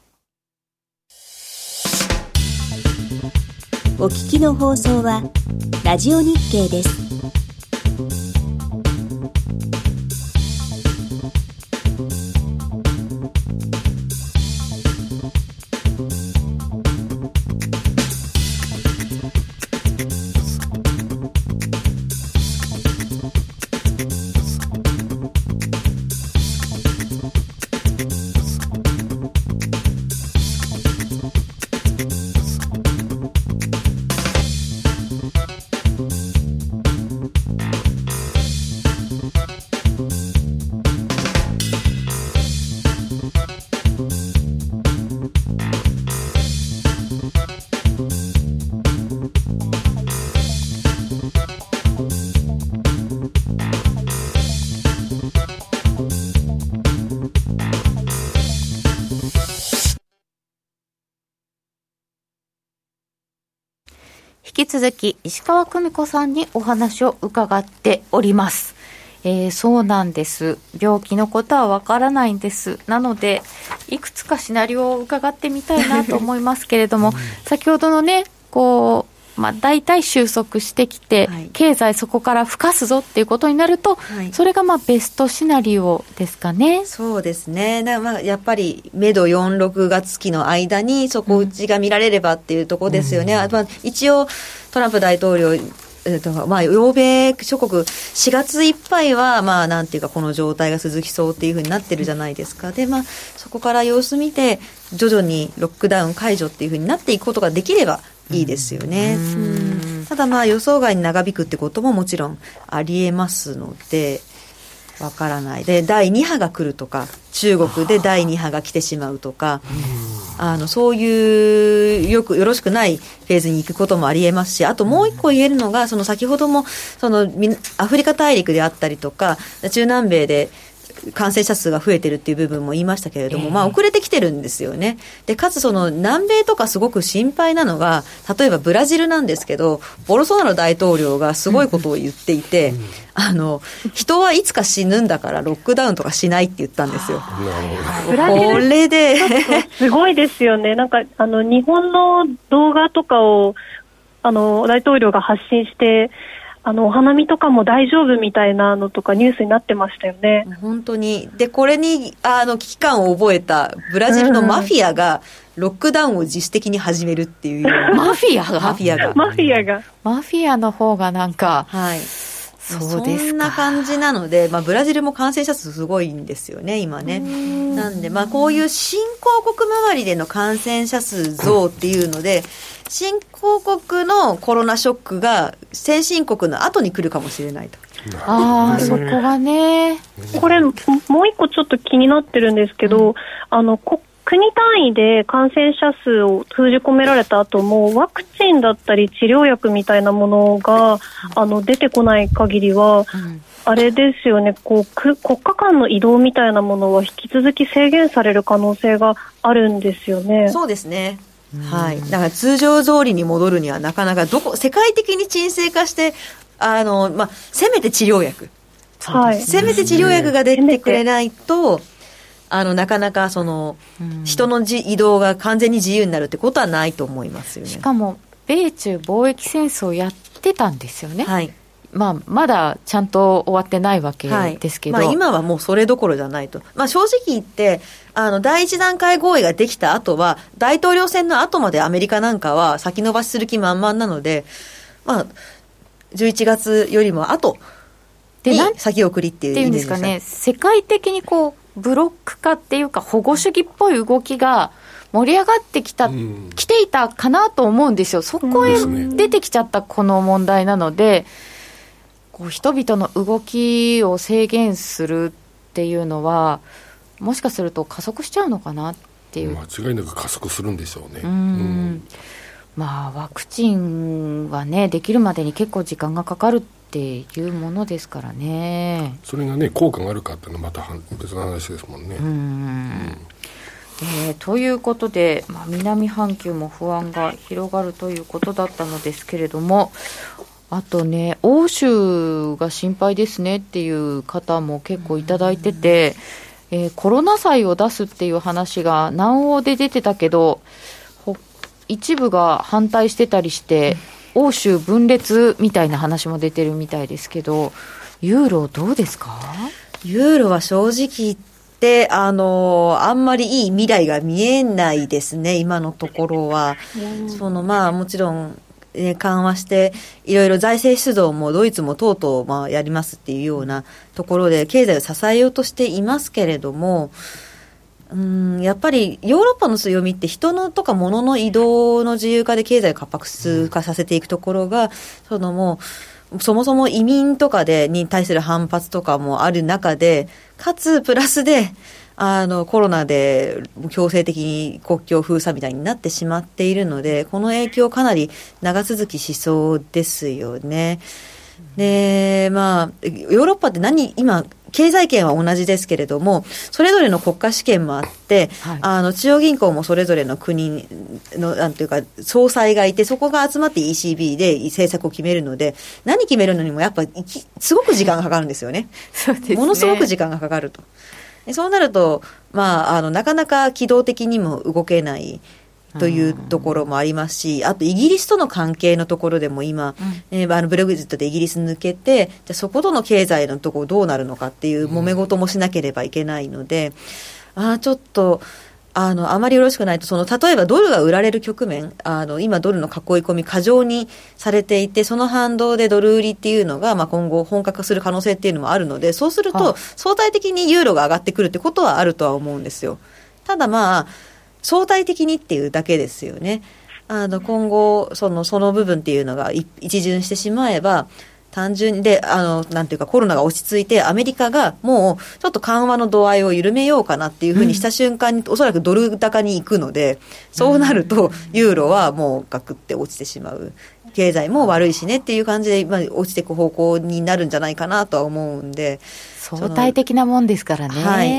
お聞きの放送はラジオ日経です。 引き続き石川久美子さんにお話を伺っております。えー、そうなんです。病気のことはわからないんです。なのでいくつかシナリオを伺ってみたいなと思いますけれども、うん、先ほどのねこう、まあ、大体収束してきて、はい、経済そこから吹かすぞっていうことになると、はい、それがまあベストシナリオですかね。 そうですね。だまあやっぱりめどよん、ろくがつ期の間に底打ちが見られればっていうところですよね、うん、まあ、一応トランプ大統領えーとまあ、欧米諸国しがついっぱいは、まあ、なんていうかこの状態が続きそうっていう風になってるじゃないですか。で、まあ、そこから様子見て徐々にロックダウン解除っていう風になっていくことができればいいですよね。うん、ただまあ予想外に長引くってことももちろんありえますのでわからない。でだいに波が来るとか中国でだいに波が来てしまうとか、あのそういうよくよろしくないフェーズに行くこともありえますし、あともう一個言えるのがその先ほどもそのアフリカ大陸であったりとか中南米で感染者数が増えてるっていう部分も言いましたけれども、えーまあ、遅れてきてるんですよね。でかつその南米とかすごく心配なのが例えばブラジルなんですけど、ボルソナロ大統領がすごいことを言っていて、うん、あの人はいつか死ぬんだからロックダウンとかしないって言ったんですよ。 ブラジルこれですごいですよね。なんかあの日本の動画とかをあの大統領が発信してあのお花見とかも大丈夫みたいなのとかニュースになってましたよね。 本当に。でこれにあの危機感を覚えたブラジルのマフィアがロックダウンを自主的に始めるっていう、 うん、マフィアがマフィアがマフィアがマフィアの方がなんか、 はい、 そうですか。 そんな感じなので、まあ、ブラジルも感染者数すごいんですよね今ね。なんで、まあ、こういう新興国周りでの感染者数増っていうので新興国のコロナショックが先進国の後に来るかもしれないと。 ああ、そこがね。 これもう一個ちょっと気になってるんですけど、うん、あのこ国単位で感染者数を封じ込められた後もワクチンだったり治療薬みたいなものが、うん、あの出てこない限りは、うん、あれですよね、こう国家間の移動みたいなものは引き続き制限される可能性があるんですよね。 そうですね。 はい、だから通常通りに戻るにはなかなかどこ世界的に沈静化してあの、まあ、せめて治療薬、はい、せめて治療薬が出てくれないとあのなかなかその、うん、人のじ移動が完全に自由になるってことはないと思いますよね。 しかも米中貿易戦争やってたんですよね、はい、まあ、まだちゃんと終わってないわけですけど、 はい、まあ、今はもうそれどころじゃないと、まあ、正直言ってあの第一段階合意ができた後は大統領選の後までアメリカなんかは先延ばしする気満々なので、まあ、じゅういちがつよりも後に先送りっていうイメージですかね。 世界的にこうブロック化っていうか保護主義っぽい動きが盛り上がってきた、うん、来ていたかなと思うんですよ。そこへ出てきちゃったこの問題なので、こう人々の動きを制限するっていうのはもしかすると加速しちゃうのかなっていう。 間違いなく加速するんでしょうね。 うん、うん、まあワクチンはねできるまでに結構時間がかかるっていうものですからね。 それがね効果があるかっていうのはまた別の話ですもんね。うん、うんえー、ということで、まあ、南半球も不安が広がるということだったのですけれども、あとね欧州が心配ですねっていう方も結構いただいてて、えー、コロナ債を出すっていう話が南欧で出てたけど一部が反対してたりして欧州分裂みたいな話も出てるみたいですけど、ユーロどうですか？ ユーロは正直言ってであのあんまりいい未来が見えないですね今のところは。そのまあもちろん、ね、緩和していろいろ財政出動もドイツもとうとうまあやりますっていうようなところで経済を支えようとしていますけれども、うーんやっぱりヨーロッパの強みって人のとか物の移動の自由化で経済を活発化させていくところが、そのもうそもそも移民とかでに対する反発とかもある中で、かつプラスであのコロナで強制的に国境封鎖みたいになってしまっているので、この影響かなり長続きしそうですよね。でまあヨーロッパって何今経済圏は同じですけれどもそれぞれの国家主権もあって、はい、あの中央銀行もそれぞれの国のなんていうか総裁がいて、そこが集まって イーシービー で政策を決めるので、何決めるのにもやっぱすごく時間がかかるんですよね。 そうですね、 ものすごく時間がかかると。そうなると、まあ、あのなかなか機動的にも動けないというところもありますし、あとイギリスとの関係のところでも今、うんえー、あのブレグジットでイギリス抜けて、じゃあそことの経済のところどうなるのかっていう揉め事もしなければいけないので、うん、あちょっとあのあまりよろしくないと、その例えばドルが売られる局面、あの今ドルの囲い込み過剰にされていて、その反動でドル売りっていうのが、まあ、今後本格化する可能性っていうのもあるので、そうすると相対的にユーロが上がってくるってことはあるとは思うんですよ。ただまあ相対的にっていうだけですよね。あの今後そのその部分っていうのが一巡してしまえば、単純であのなんていうかコロナが落ち着いてアメリカがもうちょっと緩和の度合いを緩めようかなっていうふうにした瞬間に、うん、おそらくドル高に行くので、そうなるとユーロはもうガクって落ちてしまう。経済も悪いしねっていう感じで、まあ、落ちていく方向になるんじゃないかなとは思うんで、 相対的なもんですからね。はい。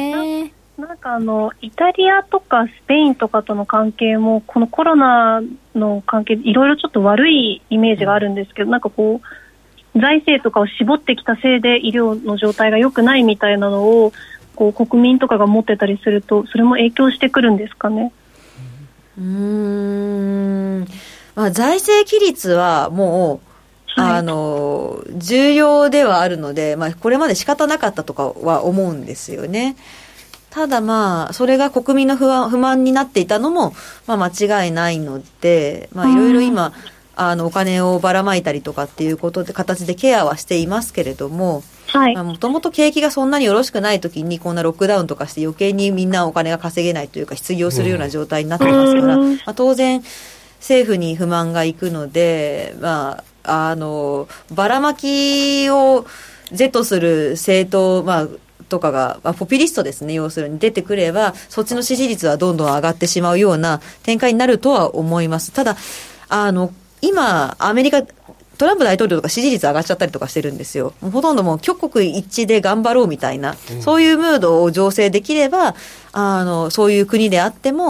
なんかあのイタリアとかスペインとかとの関係もこのコロナの関係いろいろちょっと悪いイメージがあるんですけど、うん、なんかこう財政とかを絞ってきたせいで医療の状態が良くないみたいなのをこう国民とかが持ってたりすると、それも影響してくるんですかね。 うーん、まあ、財政規律はもう、はい、あの重要ではあるので、まあ、これまで仕方なかったとかは思うんですよね。ただまあそれが国民の不安、不満になっていたのも、まあ、間違いないので、まあ、いろいろ今あのお金をばらまいたりとかっていうことで形でケアはしていますけれども、もともと景気がそんなによろしくない時にこんなロックダウンとかして余計にみんなお金が稼げないというか失業するような状態になってますから、うん、まあ、当然政府に不満がいくので、まあ、あのばらまきを是とする政党、まあとかが、まあ、ポピュリストですね、要するに出てくればそっちの支持率はどんどん上がってしまうような展開になるとは思います。ただあの今アメリカトランプ大統領とか支持率上がっちゃったりとかしてるんですよ。もうほとんどもう挙国一致で頑張ろうみたいな、うん、そういうムードを醸成できればあのそういう国であっても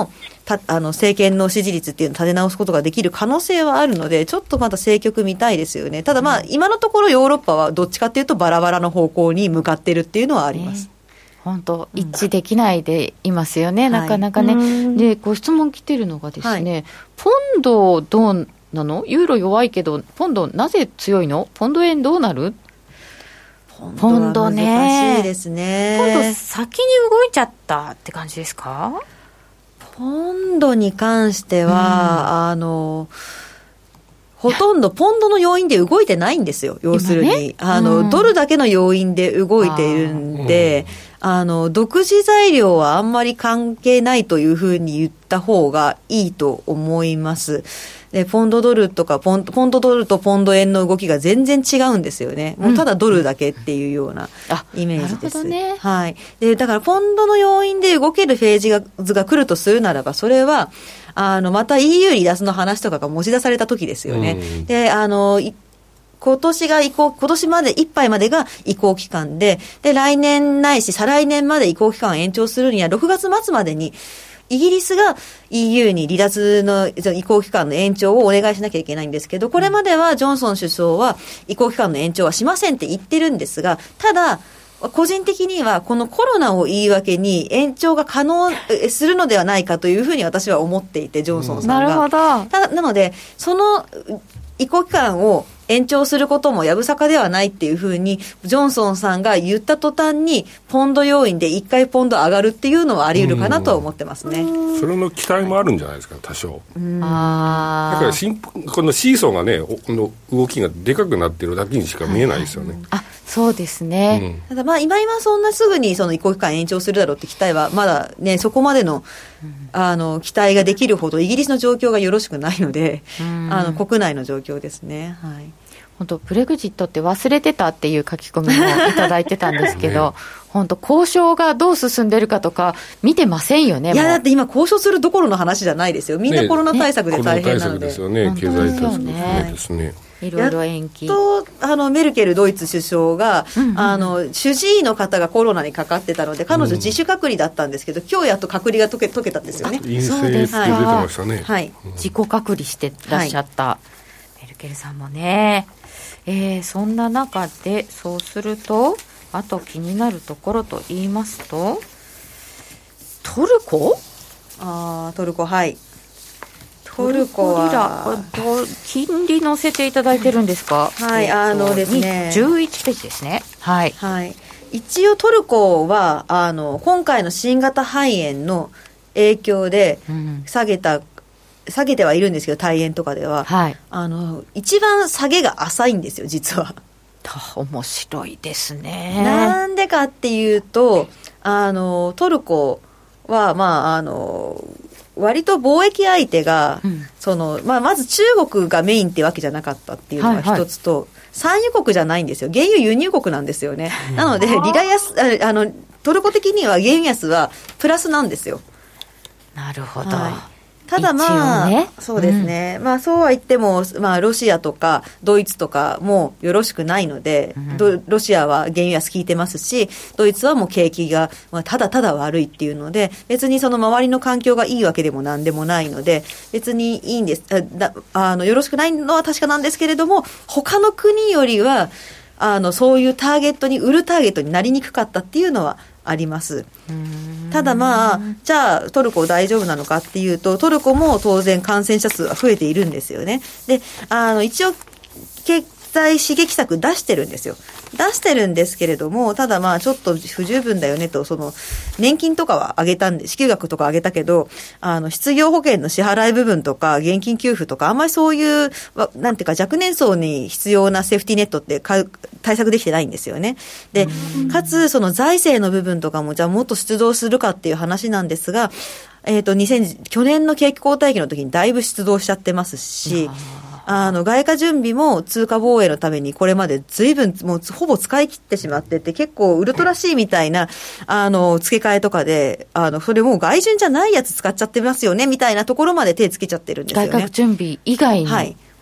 たあの政権の支持率っていうのを立て直すことができる可能性はあるので、ちょっとまた政局見たいですよね。ただまあ、うん、今のところヨーロッパはどっちかっていうとバラバラの方向に向かってるっていうのはあります。 本当一致できないでいますよね、うん、なかなかね、はい、でご質問来てるのがですね、はい、ポンドどうなの？ユーロ弱いけどポンドなぜ強いの？ポンド円どうなる？ポンドね、 難しいですね。 ポンド先に動いちゃったって感じですか？ ポンドに関しては、うん、あのほとんどポンドの要因で動いてないんですよ。要するに、ね、あの、うん、ドルだけの要因で動いているんで、あの独自材料はあんまり関係ないというふうに言った方がいいと思います。でポンドドルとかポン、ポンドドルとポンド円の動きが全然違うんですよね。もうただドルだけっていうようなイメージです。 うん、なるほどね。 はい。でだからポンドの要因で動けるフェージが図が来るとするならば、それはあのまた イーユー 離脱の話とかが持ち出された時ですよね。うん、であの今年が移行、今年までいっぱいまでが移行期間で、で来年ないし再来年まで移行期間を延長するにはろくがつ末までにイギリスが イーユー に離脱の移行期間の延長をお願いしなきゃいけないんですけど、これまではジョンソン首相は移行期間の延長はしませんって言ってるんですが、ただ個人的にはこのコロナを言い訳に延長が可能するのではないかというふうに私は思っていて、ジョンソンさんが、うん、なるほど。ただなのでその移行期間を延長することもやぶさかではないっていうふうにジョンソンさんが言った途端にポンド要因でいっかいポンド上がるっていうのはあり得るかなとは思ってますね。 それの期待もあるんじゃないですか、多少。あだからシンこのシーソーがね、この動きがでかくなってるだけにしか見えないですよね。はいはい、 あそうですね、 うん、ただまあ今今そんなすぐにその移行期間延長するだろうって期待はまだね、そこまでの、うん、あの期待ができるほどイギリスの状況がよろしくないので、うん、あの国内の状況ですね。はい。 本当ブレグジットって忘れてたっていう書き込みもいただいてたんですけど、ね、本当交渉がどう進んでるかとか見てませんよね。 いやだって今交渉するどころの話じゃないですよ。みんなコロナ対策で大変なので、 ね、コロナ対策ですよね。経済対策ですね。 いろいろ延期。 やっとあのメルケルドイツ首相が、うんうん、あの主治医の方がコロナにかかってたので彼女自主隔離だったんですけど、うん、今日やっと隔離が解け、解けたんですよね。 陰性って出てましたね。 はい、 自己隔離してらっしゃった、はい、メルケルさんもね。えー、そんな中でそうするとあと気になるところと言いますと、トルコあトルコはいトルコは金利乗せていただいてるんですか？ はい、えー、あのですねじゅういちページですね。はい、 はい、一応トルコはあの今回の新型肺炎の影響で下げた、うん下げてはいるんですけど、対円とかでは、はい、あの一番下げが浅いんですよ実は。 面白いですね。 なんでかっていうと、あのトルコは、まあ、あの割と貿易相手が、うんそのまあ、まず中国がメインってわけじゃなかったっていうのが一つと、はいはい、産油国じゃないんですよ。原油輸入国なんですよね。なのでリラ安ああのトルコ的には原油安はプラスなんですよ。 なるほど、 はいただまあ、ね、そうですね、うん、まあそうは言っても、まあロシアとかドイツとかもよろしくないので、うん、ロシアは原油安効いてますし、ドイツはもう景気が、まあ、ただただ悪いっていうので、別にその周りの環境がいいわけでもなんでもないので、別にいいんです。あだあのよろしくないのは確かなんですけれども、他の国よりは、あのそういうターゲットに、売るターゲットになりにくかったっていうのはあります。ただまあじゃあトルコ大丈夫なのかっていうと、トルコも当然感染者数は増えているんですよね。であの一応経済刺激策出してるんですよ。出してるんですけれども、ただまあちょっと不十分だよねと、その年金とかは上げたんで、支給額とか上げたけど、あの失業保険の支払い部分とか現金給付とか、あんまりそういうなんていうか若年層に必要なセーフティーネットって対策できてないんですよね。でかつその財政の部分とかもじゃあもっと出動するかっていう話なんですが、えっとにせん去年の景気後退期の時にだいぶ出動しちゃってますし、あの外貨準備も通貨防衛のためにこれまで随分もうほぼ使い切ってしまってて、結構ウルトラ C みたいなあの付け替えとかで、あのそれもう外順じゃないやつ使っちゃってますよねみたいなところまで手つけちゃってるんですよね。 外貨準備以外に、 はい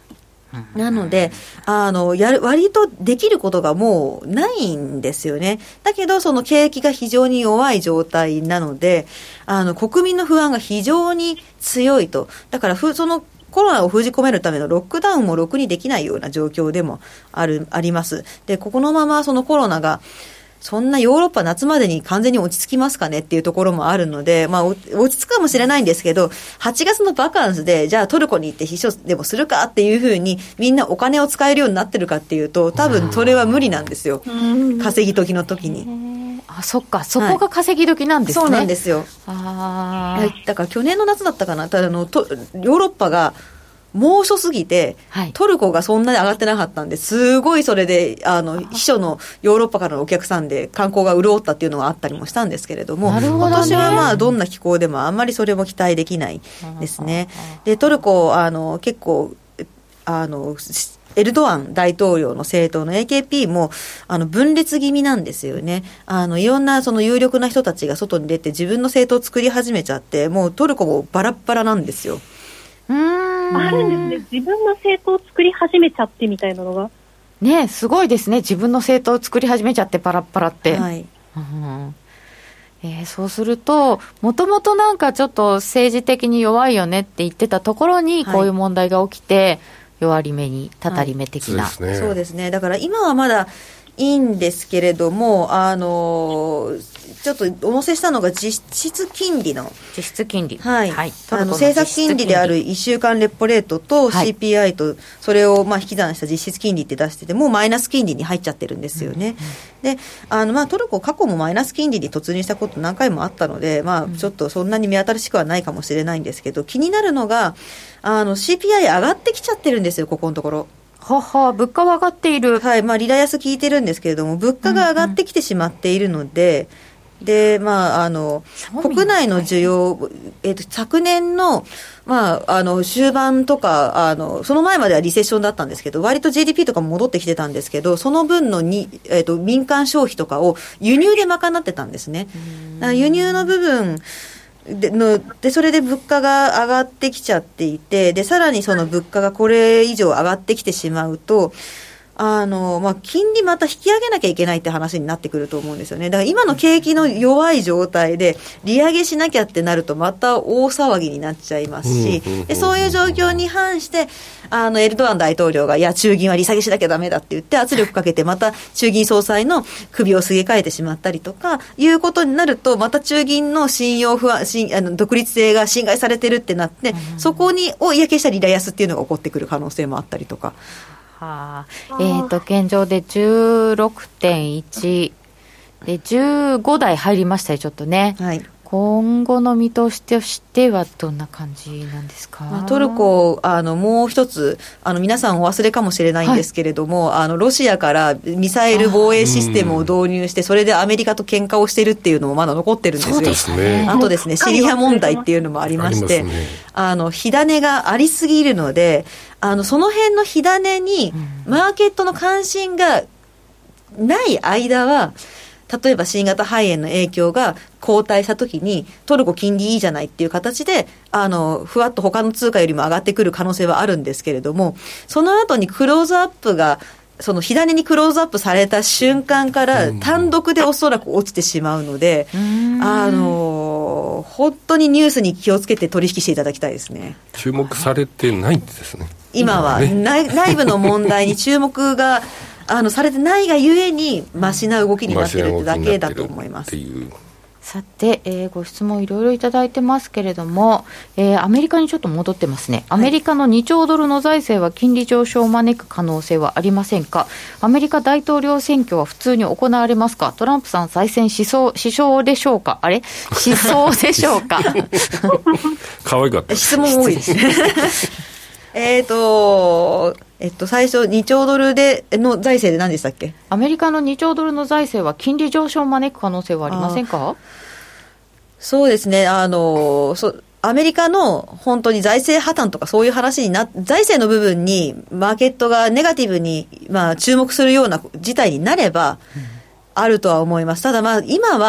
なのであのやる割とできることがもうないんですよね。だけどその景気が非常に弱い状態なのであの国民の不安が非常に強いと。だからふそのコロナを封じ込めるためのロックダウンもろくにできないような状況でもあるあります。でここのままそのコロナがそんなヨーロッパ夏までに完全に落ち着きますかねっていうところもあるので、まあ、落ち着くかもしれないんですけど、はちがつのバカンスでじゃあトルコに行って秘書でもするかっていうふうにみんなお金を使えるようになってるかっていうと多分それは無理なんですよ。稼ぎ時の時に。 あ、そっか、そこが稼ぎ時なんですね。 はい、そうなんですよ。 あ、 だから去年の夏だったかな、ただあのとヨーロッパが猛暑すぎて、はい、トルコがそんなに上がってなかったんですごいそれであの秘書のヨーロッパからのお客さんで観光が潤ったっていうのがあったりもしたんですけれども、なるほどね、今年はまあどんな気候でもあんまりそれも期待できないですね。でトルコあの結構あのエルドアン大統領の政党の エーケーピー もあの分裂気味なんですよね。あのいろんなその有力な人たちが外に出て自分の政党を作り始めちゃって、もうトルコもバラッバラなんですよ。 うーん、あるんですね。自分の政党を作り始めちゃってみたいなのがね、すごいですね。自分の政党を作り始めちゃってパラッパラって、はい、うん、えー、そうするともともとなんかちょっと政治的に弱いよねって言ってたところにこういう問題が起きて、はい、弱り目にたたり目的な、 はい、そうですね。そうですね。だから今はまだいいんですけれども、あのちょっとお載せしたのが実質金利の実質金利、 はい、はい、あの政策金利であるいっしゅうかんレポレートと シーピーアイ とそれをまあ引き算した実質金利って出してて、もうマイナス金利に入っちゃってるんですよね。うんうん、であのまあトルコ過去もマイナス金利に突入したこと何回もあったので、まあ、ちょっとそんなに目新しくはないかもしれないんですけど、気になるのがあの シーピーアイ 上がってきちゃってるんですよ、ここのところ。 はは、物価は上がっている。 はい、まあリラ安効いてるんですけれども、物価が上がってきてしまっているので、うんうん、でまああの国内の需要、えっと昨年のまああの終盤とかあのその前まではリセッションだったんですけど、割と ジーディーピー とかも戻ってきてたんですけど、その分のにえっと民間消費とかを輸入で賄ってたんですね。だから輸入の部分でのでそれで物価が上がってきちゃっていて、でさらにその物価がこれ以上上がってきてしまうと、あの、まあ、金利また引き上げなきゃいけないって話になってくると思うんですよね。だから今の景気の弱い状態で利上げしなきゃってなるとまた大騒ぎになっちゃいますし、でそういう状況に反してあのエルドアン大統領がいや中銀は利下げしなきゃダメだって言って圧力かけてまた中銀総裁の首をすげ替えてしまったりとかいうことになると、また中銀の信用不安信あの独立性が侵害されてるってなって、そこにを嫌気したリラ安っていうのが起こってくる可能性もあったりとか。 はあ、えーと現状で じゅうろくてんいち でじゅうご台入りましたよ、ちょっとね。はい、今後の見通しとしてはどんな感じなんですか。 まあ、トルコあのもう一つあの皆さんお忘れかもしれないんですけれども、はい、あのロシアからミサイル防衛システムを導入して、それでアメリカと喧嘩をしているっていうのもまだ残ってるんですよ。そうですね。あとですね、シリア問題っていうのもありまして、あ、ね、あの火種がありすぎるので、あのその辺の火種にマーケットの関心がない間は、例えば新型肺炎の影響が後退したときにトルコ金利いいじゃないっていう形であのふわっと他の通貨よりも上がってくる可能性はあるんですけれども、その後にクローズアップがその火種にクローズアップされた瞬間から単独でおそらく落ちてしまうので、あの本当にニュースに気をつけて取引していただきたいですね。 注目されてないんですね。 今は、ね、内, 内部の問題に注目があのされてないがゆえにマシな動きになってるってだけだと思います。 さて、えー、ご質問いろいろいただいてますけれども、えー、アメリカにちょっと戻ってますね。アメリカのにちょうドルの財政は金利上昇を招く可能性はありませんか。アメリカ大統領選挙は普通に行われますか。トランプさん再選しそうしそうでしょうか。あれしそうでしょうか。 可愛かった。 質問多いですね。えっとえっと、最初にちょうドルでの財政で何でしたっけ。 アメリカのにちょうドルの財政は金利上昇を招く可能性はありませんか。 そうですね、あのそアメリカの本当に財政破綻とかそういう話にな財政の部分にマーケットがネガティブに、まあ、注目するような事態になれば、うん、あるとは思います。ただまあ今は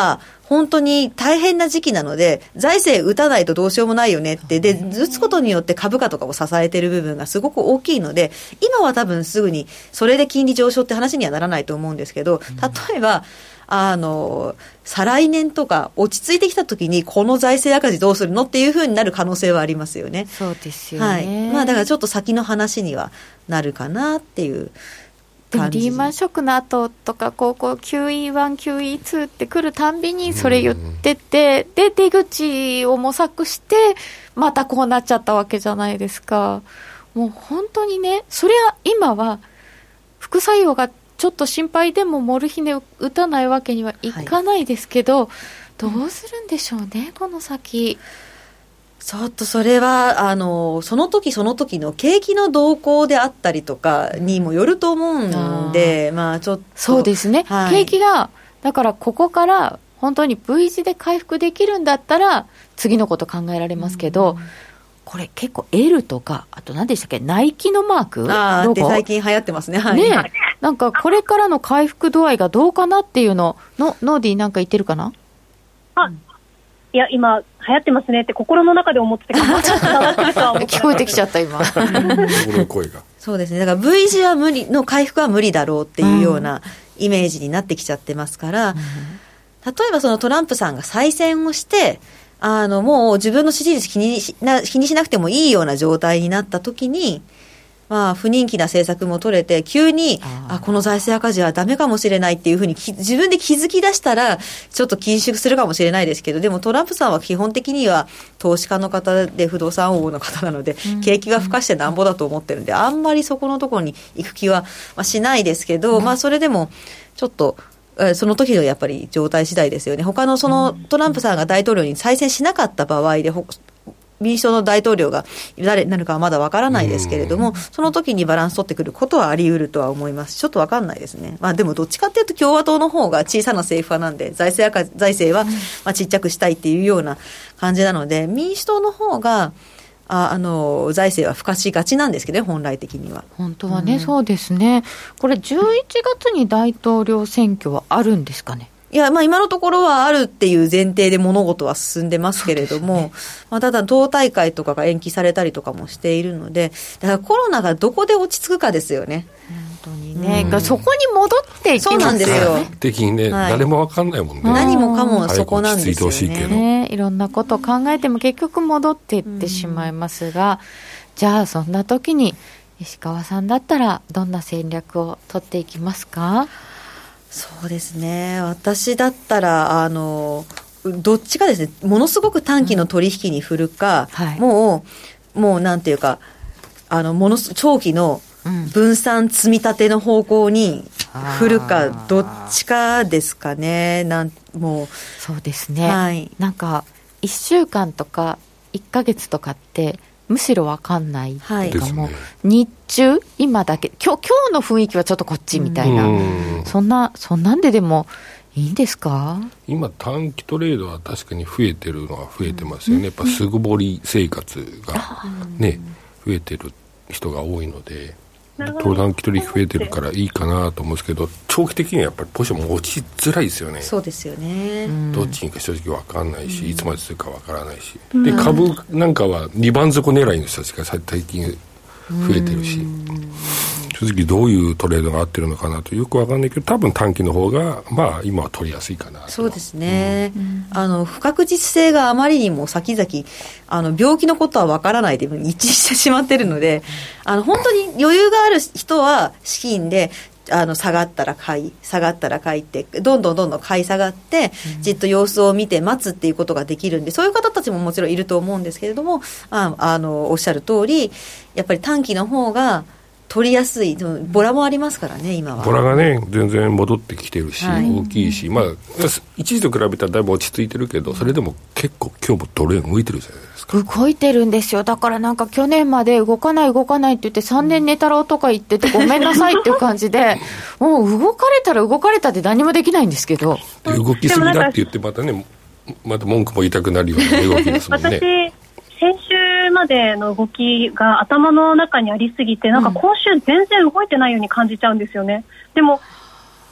本当に大変な時期なので、財政打たないとどうしようもないよねって、で、打つことによって株価とかを支えている部分がすごく大きいので、今は多分すぐにそれで金利上昇って話にはならないと思うんですけど、例えば、あの、再来年とか落ち着いてきたときにこの財政赤字どうするのっていうふうになる可能性はありますよね。 そうですよね。 はい。まあだからちょっと先の話にはなるかなっていう感じ。 でもリーマンショックの後とかこうこう キューイーワン、キューイーツー って来るたんびにそれ言ってて、で出口を模索してまたこうなっちゃったわけじゃないですか。もう本当にね、それは今は副作用がちょっと心配でもモルヒネ打たないわけにはいかないですけど、はい、どうするんでしょうね、この先。 ちょっとそれはあのその時その時の景気の動向であったりとかにもよると思うんで、あまあちょっとそうですね、はい、景気がだからここから本当に V 字で回復できるんだったら次のこと考えられますけど、うん、これ結構 L とかあと何でしたっけ、ナイキのマークあーって最近流行ってますね、はい、 ね、なんかこれからの回復度合いがどうかなっていうののノーディーなんか言ってるかな。 あ、いや今流行ってますねって心の中で思ってて聞こえてきちゃった今の声がそうですね、だから V 字は無理の回復は無理だろうっていうようなイメージになってきちゃってますから、うん、例えばそのトランプさんが再選をしてあのもう自分の支持率気にしな、気にしなくてもいいような状態になったときに、まあ、不人気な政策も取れて急に あ, あこの財政赤字はダメかもしれないっていうふうに自分で気づき出したらちょっと緊縮するかもしれないですけど、でもトランプさんは基本的には投資家の方で不動産王の方なので、うん、景気が付加してなんぼだと思ってるんで、あんまりそこのところに行く気は、まあ、しないですけど、うん、まあそれでもちょっとその時のやっぱり状態次第ですよね。他のそのトランプさんが大統領に再選しなかった場合で民主党の大統領が誰になるかはまだわからないですけれども、その時にバランス取ってくることはあり得るとは思います。ちょっとわかんないですね。まあでもどっちかっていうと共和党の方が小さな政府派なんで財政赤財政はまあちっちゃくしたいっていうような感じなので、民主党の方があ, あの財政は付加しがちなんですけどね、本来的には。 本当はね、うん、そうですね。これじゅういちがつに大統領選挙はあるんですかね。 いや、まあ今のところはあるっていう前提で物事は進んでますけれども、ね、まあただ党大会とかが延期されたりとかもしているので、だからコロナがどこで落ち着くかですよね。 本当にね、うん、そこに戻っていきますよね。そうなんですよ。 的にね、はい、誰もわかんないもんね。 何もかもそこなんですよね。 ね、いろんなことを考えても結局戻っていってしまいますが、うん、じゃあそんな時に石川さんだったらどんな戦略を取っていきますか？ そうですね、私だったらあのどっちかですね、ものすごく短期の取引に振るか、うんはい、もうもうなんていうかあのもの長期の分散積み立ての方向に振るか、うん、どっちかですかね。なんもうそうですね、はい、なんかいっしゅうかんとかいっかげつとかってむしろ分かんないっていうか、もう日中今だけ今日、今日の雰囲気はちょっとこっちみたいな、そんなそんなんででもいいんですか？ 今短期トレードは確かに増えてるのは増えてますよね、うん、やっぱすぐ掘り生活がね、増えてる人が多いので短期取引増えてるからいいかなと思うんですけど、長期的にはやっぱりポジション持ちづらいですよね。 そうですよね、 どっちにか正直分かんないし、うん、いつまでするか分からないし、うん、で株なんかはにばん底狙いの人たちが最近増えてるし、うん、正直どういうトレードが合ってるのかなとよく分かんないけど、多分短期の方がまあ今は取りやすいかなと。 そうですね、うん、あの不確実性があまりにも先々あの病気のことは分からないで一致してしまってるので、あの本当に余裕がある人は資金であの下がったら買い下がったら買いってどんどんどんどん買い下がって、うん、じっと様子を見て待つっていうことができるんで、そういう方たちももちろんいると思うんですけれども、ああのおっしゃる通りやっぱり短期の方が取りやすい。ボラもありますからね、今は。 ボラがね全然戻ってきてるし、はい、大きいし、まあ一時と比べたらだいぶ落ち着いてるけど、それでも結構今日もドル円動いてるじゃないですか。 動いてるんですよ。だからなんか去年まで動かない動かないって言ってさんねん寝たろうとか言っててごめんなさいっていう感じでもう動かれたら動かれたって何もできないんですけど、 で動きすぎだって言ってまたねまた文句も言いたくなるような動きですもんね。 私先週までの動きが頭の中にありすぎて、なんか今週全然動いてないように感じちゃうんですよね。でも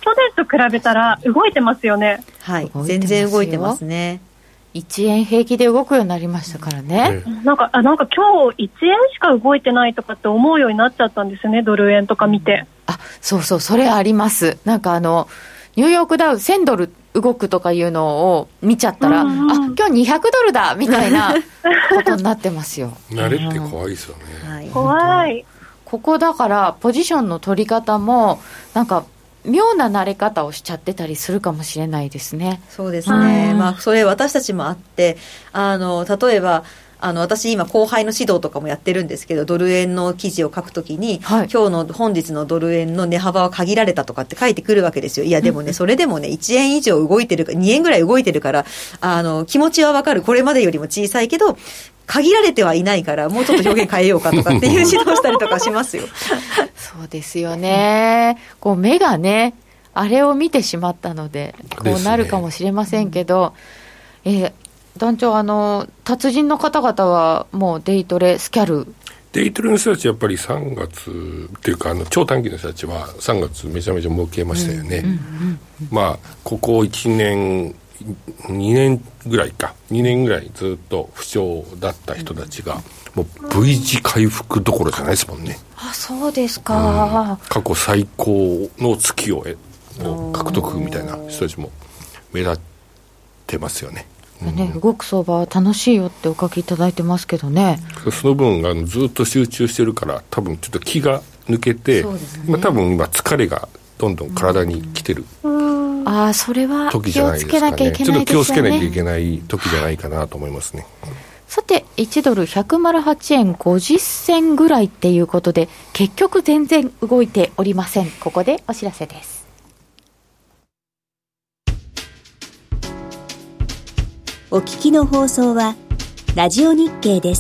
去年と比べたら動いてますよね。 はい、全然動いてますね。 いちえん平気で動くようになりましたからね、 うん、なんかあなんか今日いちえんしか動いてないとかって思うようになっちゃったんですよね、ドル円とか見て。 あ、そうそう、それあります。なんかあのニューヨークダウせんドル動くとかいうのを見ちゃったら、うんうん、あ、今日にひゃくドルだみたいなことになってますよ。 慣れって怖いですよね、 うんはい、怖い。 ここだからポジションの取り方もなんか妙な慣れ方をしちゃってたりするかもしれないですね。 そうですね、まあ、それ私たちもあって、あの例えばあの私今後輩の指導とかもやってるんですけど、ドル円の記事を書くときに、はい、今日の本日のドル円の値幅は限られたとかって書いてくるわけですよ。いやでもね、それでもねいちえん以上動いてるかにえんぐらい動いてるから、あの気持ちはわかる、これまでよりも小さいけど限られてはいないからもうちょっと表現変えようかとかっていう指導したりとかしますよ。 そうですよね、こう目がねあれを見てしまったのでこうなるかもしれませんけど、ね、えー、団長、あの達人の方々はもうデイトレスキャルデイトレの人たちやっぱりさんがつっていうかあの超短期の人たちはさんがつめちゃめちゃ儲けましたよね、うんうんうん、まあここいちねんにねんぐらいかにねんぐらいずっと不調だった人たちがもう V 字回復どころじゃないですもんね。 あ、そうですか、 うん、過去最高の月を獲得みたいな人たちも目立ってますよね。 ね、動く相場は楽しいよってお書きいただいてますけどね。 その分あのずっと集中してるから多分ちょっと気が抜けて、ね、まあ、多分今疲れがどんどん体に来てる、 うん、あ、それは気をつけなきゃいけないですよね。 ちょっと気をつけなきゃいけない時じゃないかなと思いますね。 さていちドルひゃくはちえんごじゅっせんぐらいっていうことで結局全然動いておりません。ここでお知らせです。 お聞きの放送はラジオ日経です。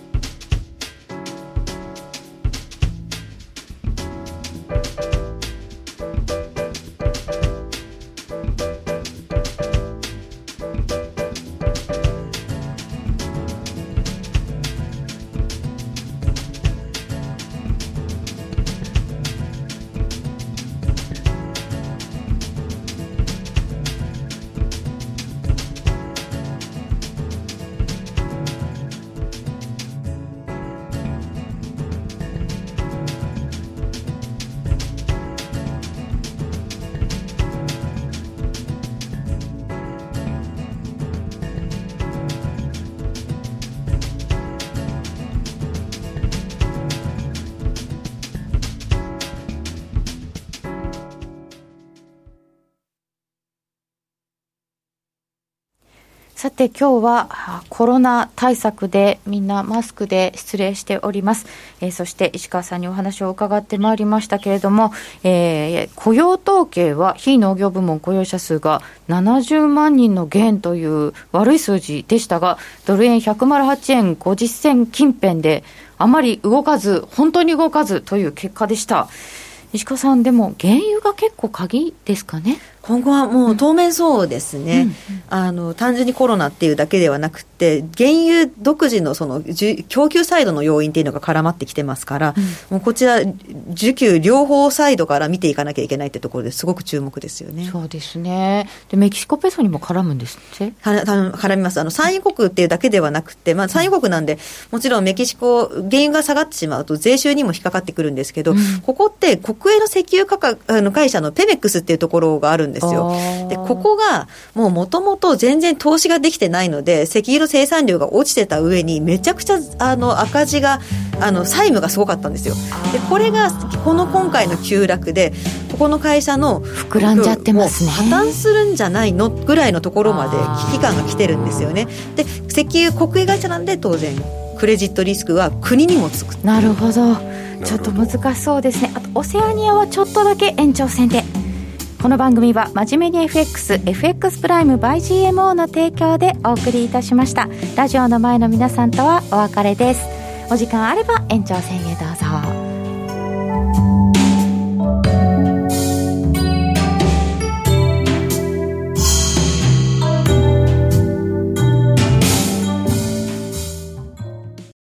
さて今日はコロナ対策でみんなマスクで失礼しております、えー、そして石川さんにお話を伺ってまいりましたけれども、えー、雇用統計は非農業部門雇用者数がななじゅうまんにんの減という悪い数字でしたが、ドル円ひゃくはちえんごじゅっせん近辺であまり動かず、本当に動かずという結果でした。石川さん、でも原油が結構鍵ですかね。 今後はもう当面そうですね、うんうん、あの単純にコロナっていうだけではなくて原油独自のその供給サイドの要因っていうのが絡まってきてますから、うん、もうこちら需給両方サイドから見ていかなきゃいけないってところですごく注目ですよね。 そうですね。でメキシコペソにも絡むんですって。 絡みます。あの産油国っていうだけではなくて、まあ、産油国なんでもちろんメキシコ原油が下がってしまうと税収にも引っかかってくるんですけど、うん、ここって国営の石油価格あの会社のペメックスっていうところがあるんですよ。でここがもう元々全然投資ができてないので石油の生産量が落ちてた上にめちゃくちゃあの赤字があの債務がすごかったんですよ。でこれがこの今回の急落でここの会社の膨らんじゃってますね。 破綻するんじゃないのぐらいのところまで危機感が来てるんですよね。で石油国営会社なんで当然クレジットリスクは国にもつく。 なるほど、ちょっと難しそうですね。あとオセアニアはちょっとだけ延長戦で。この番組は真面目に エフエックス エフエックス プライム by ジーエムオー の提供でお送りいたしました。ラジオの前の皆さんとはお別れです。お時間あれば延長戦へどうぞ。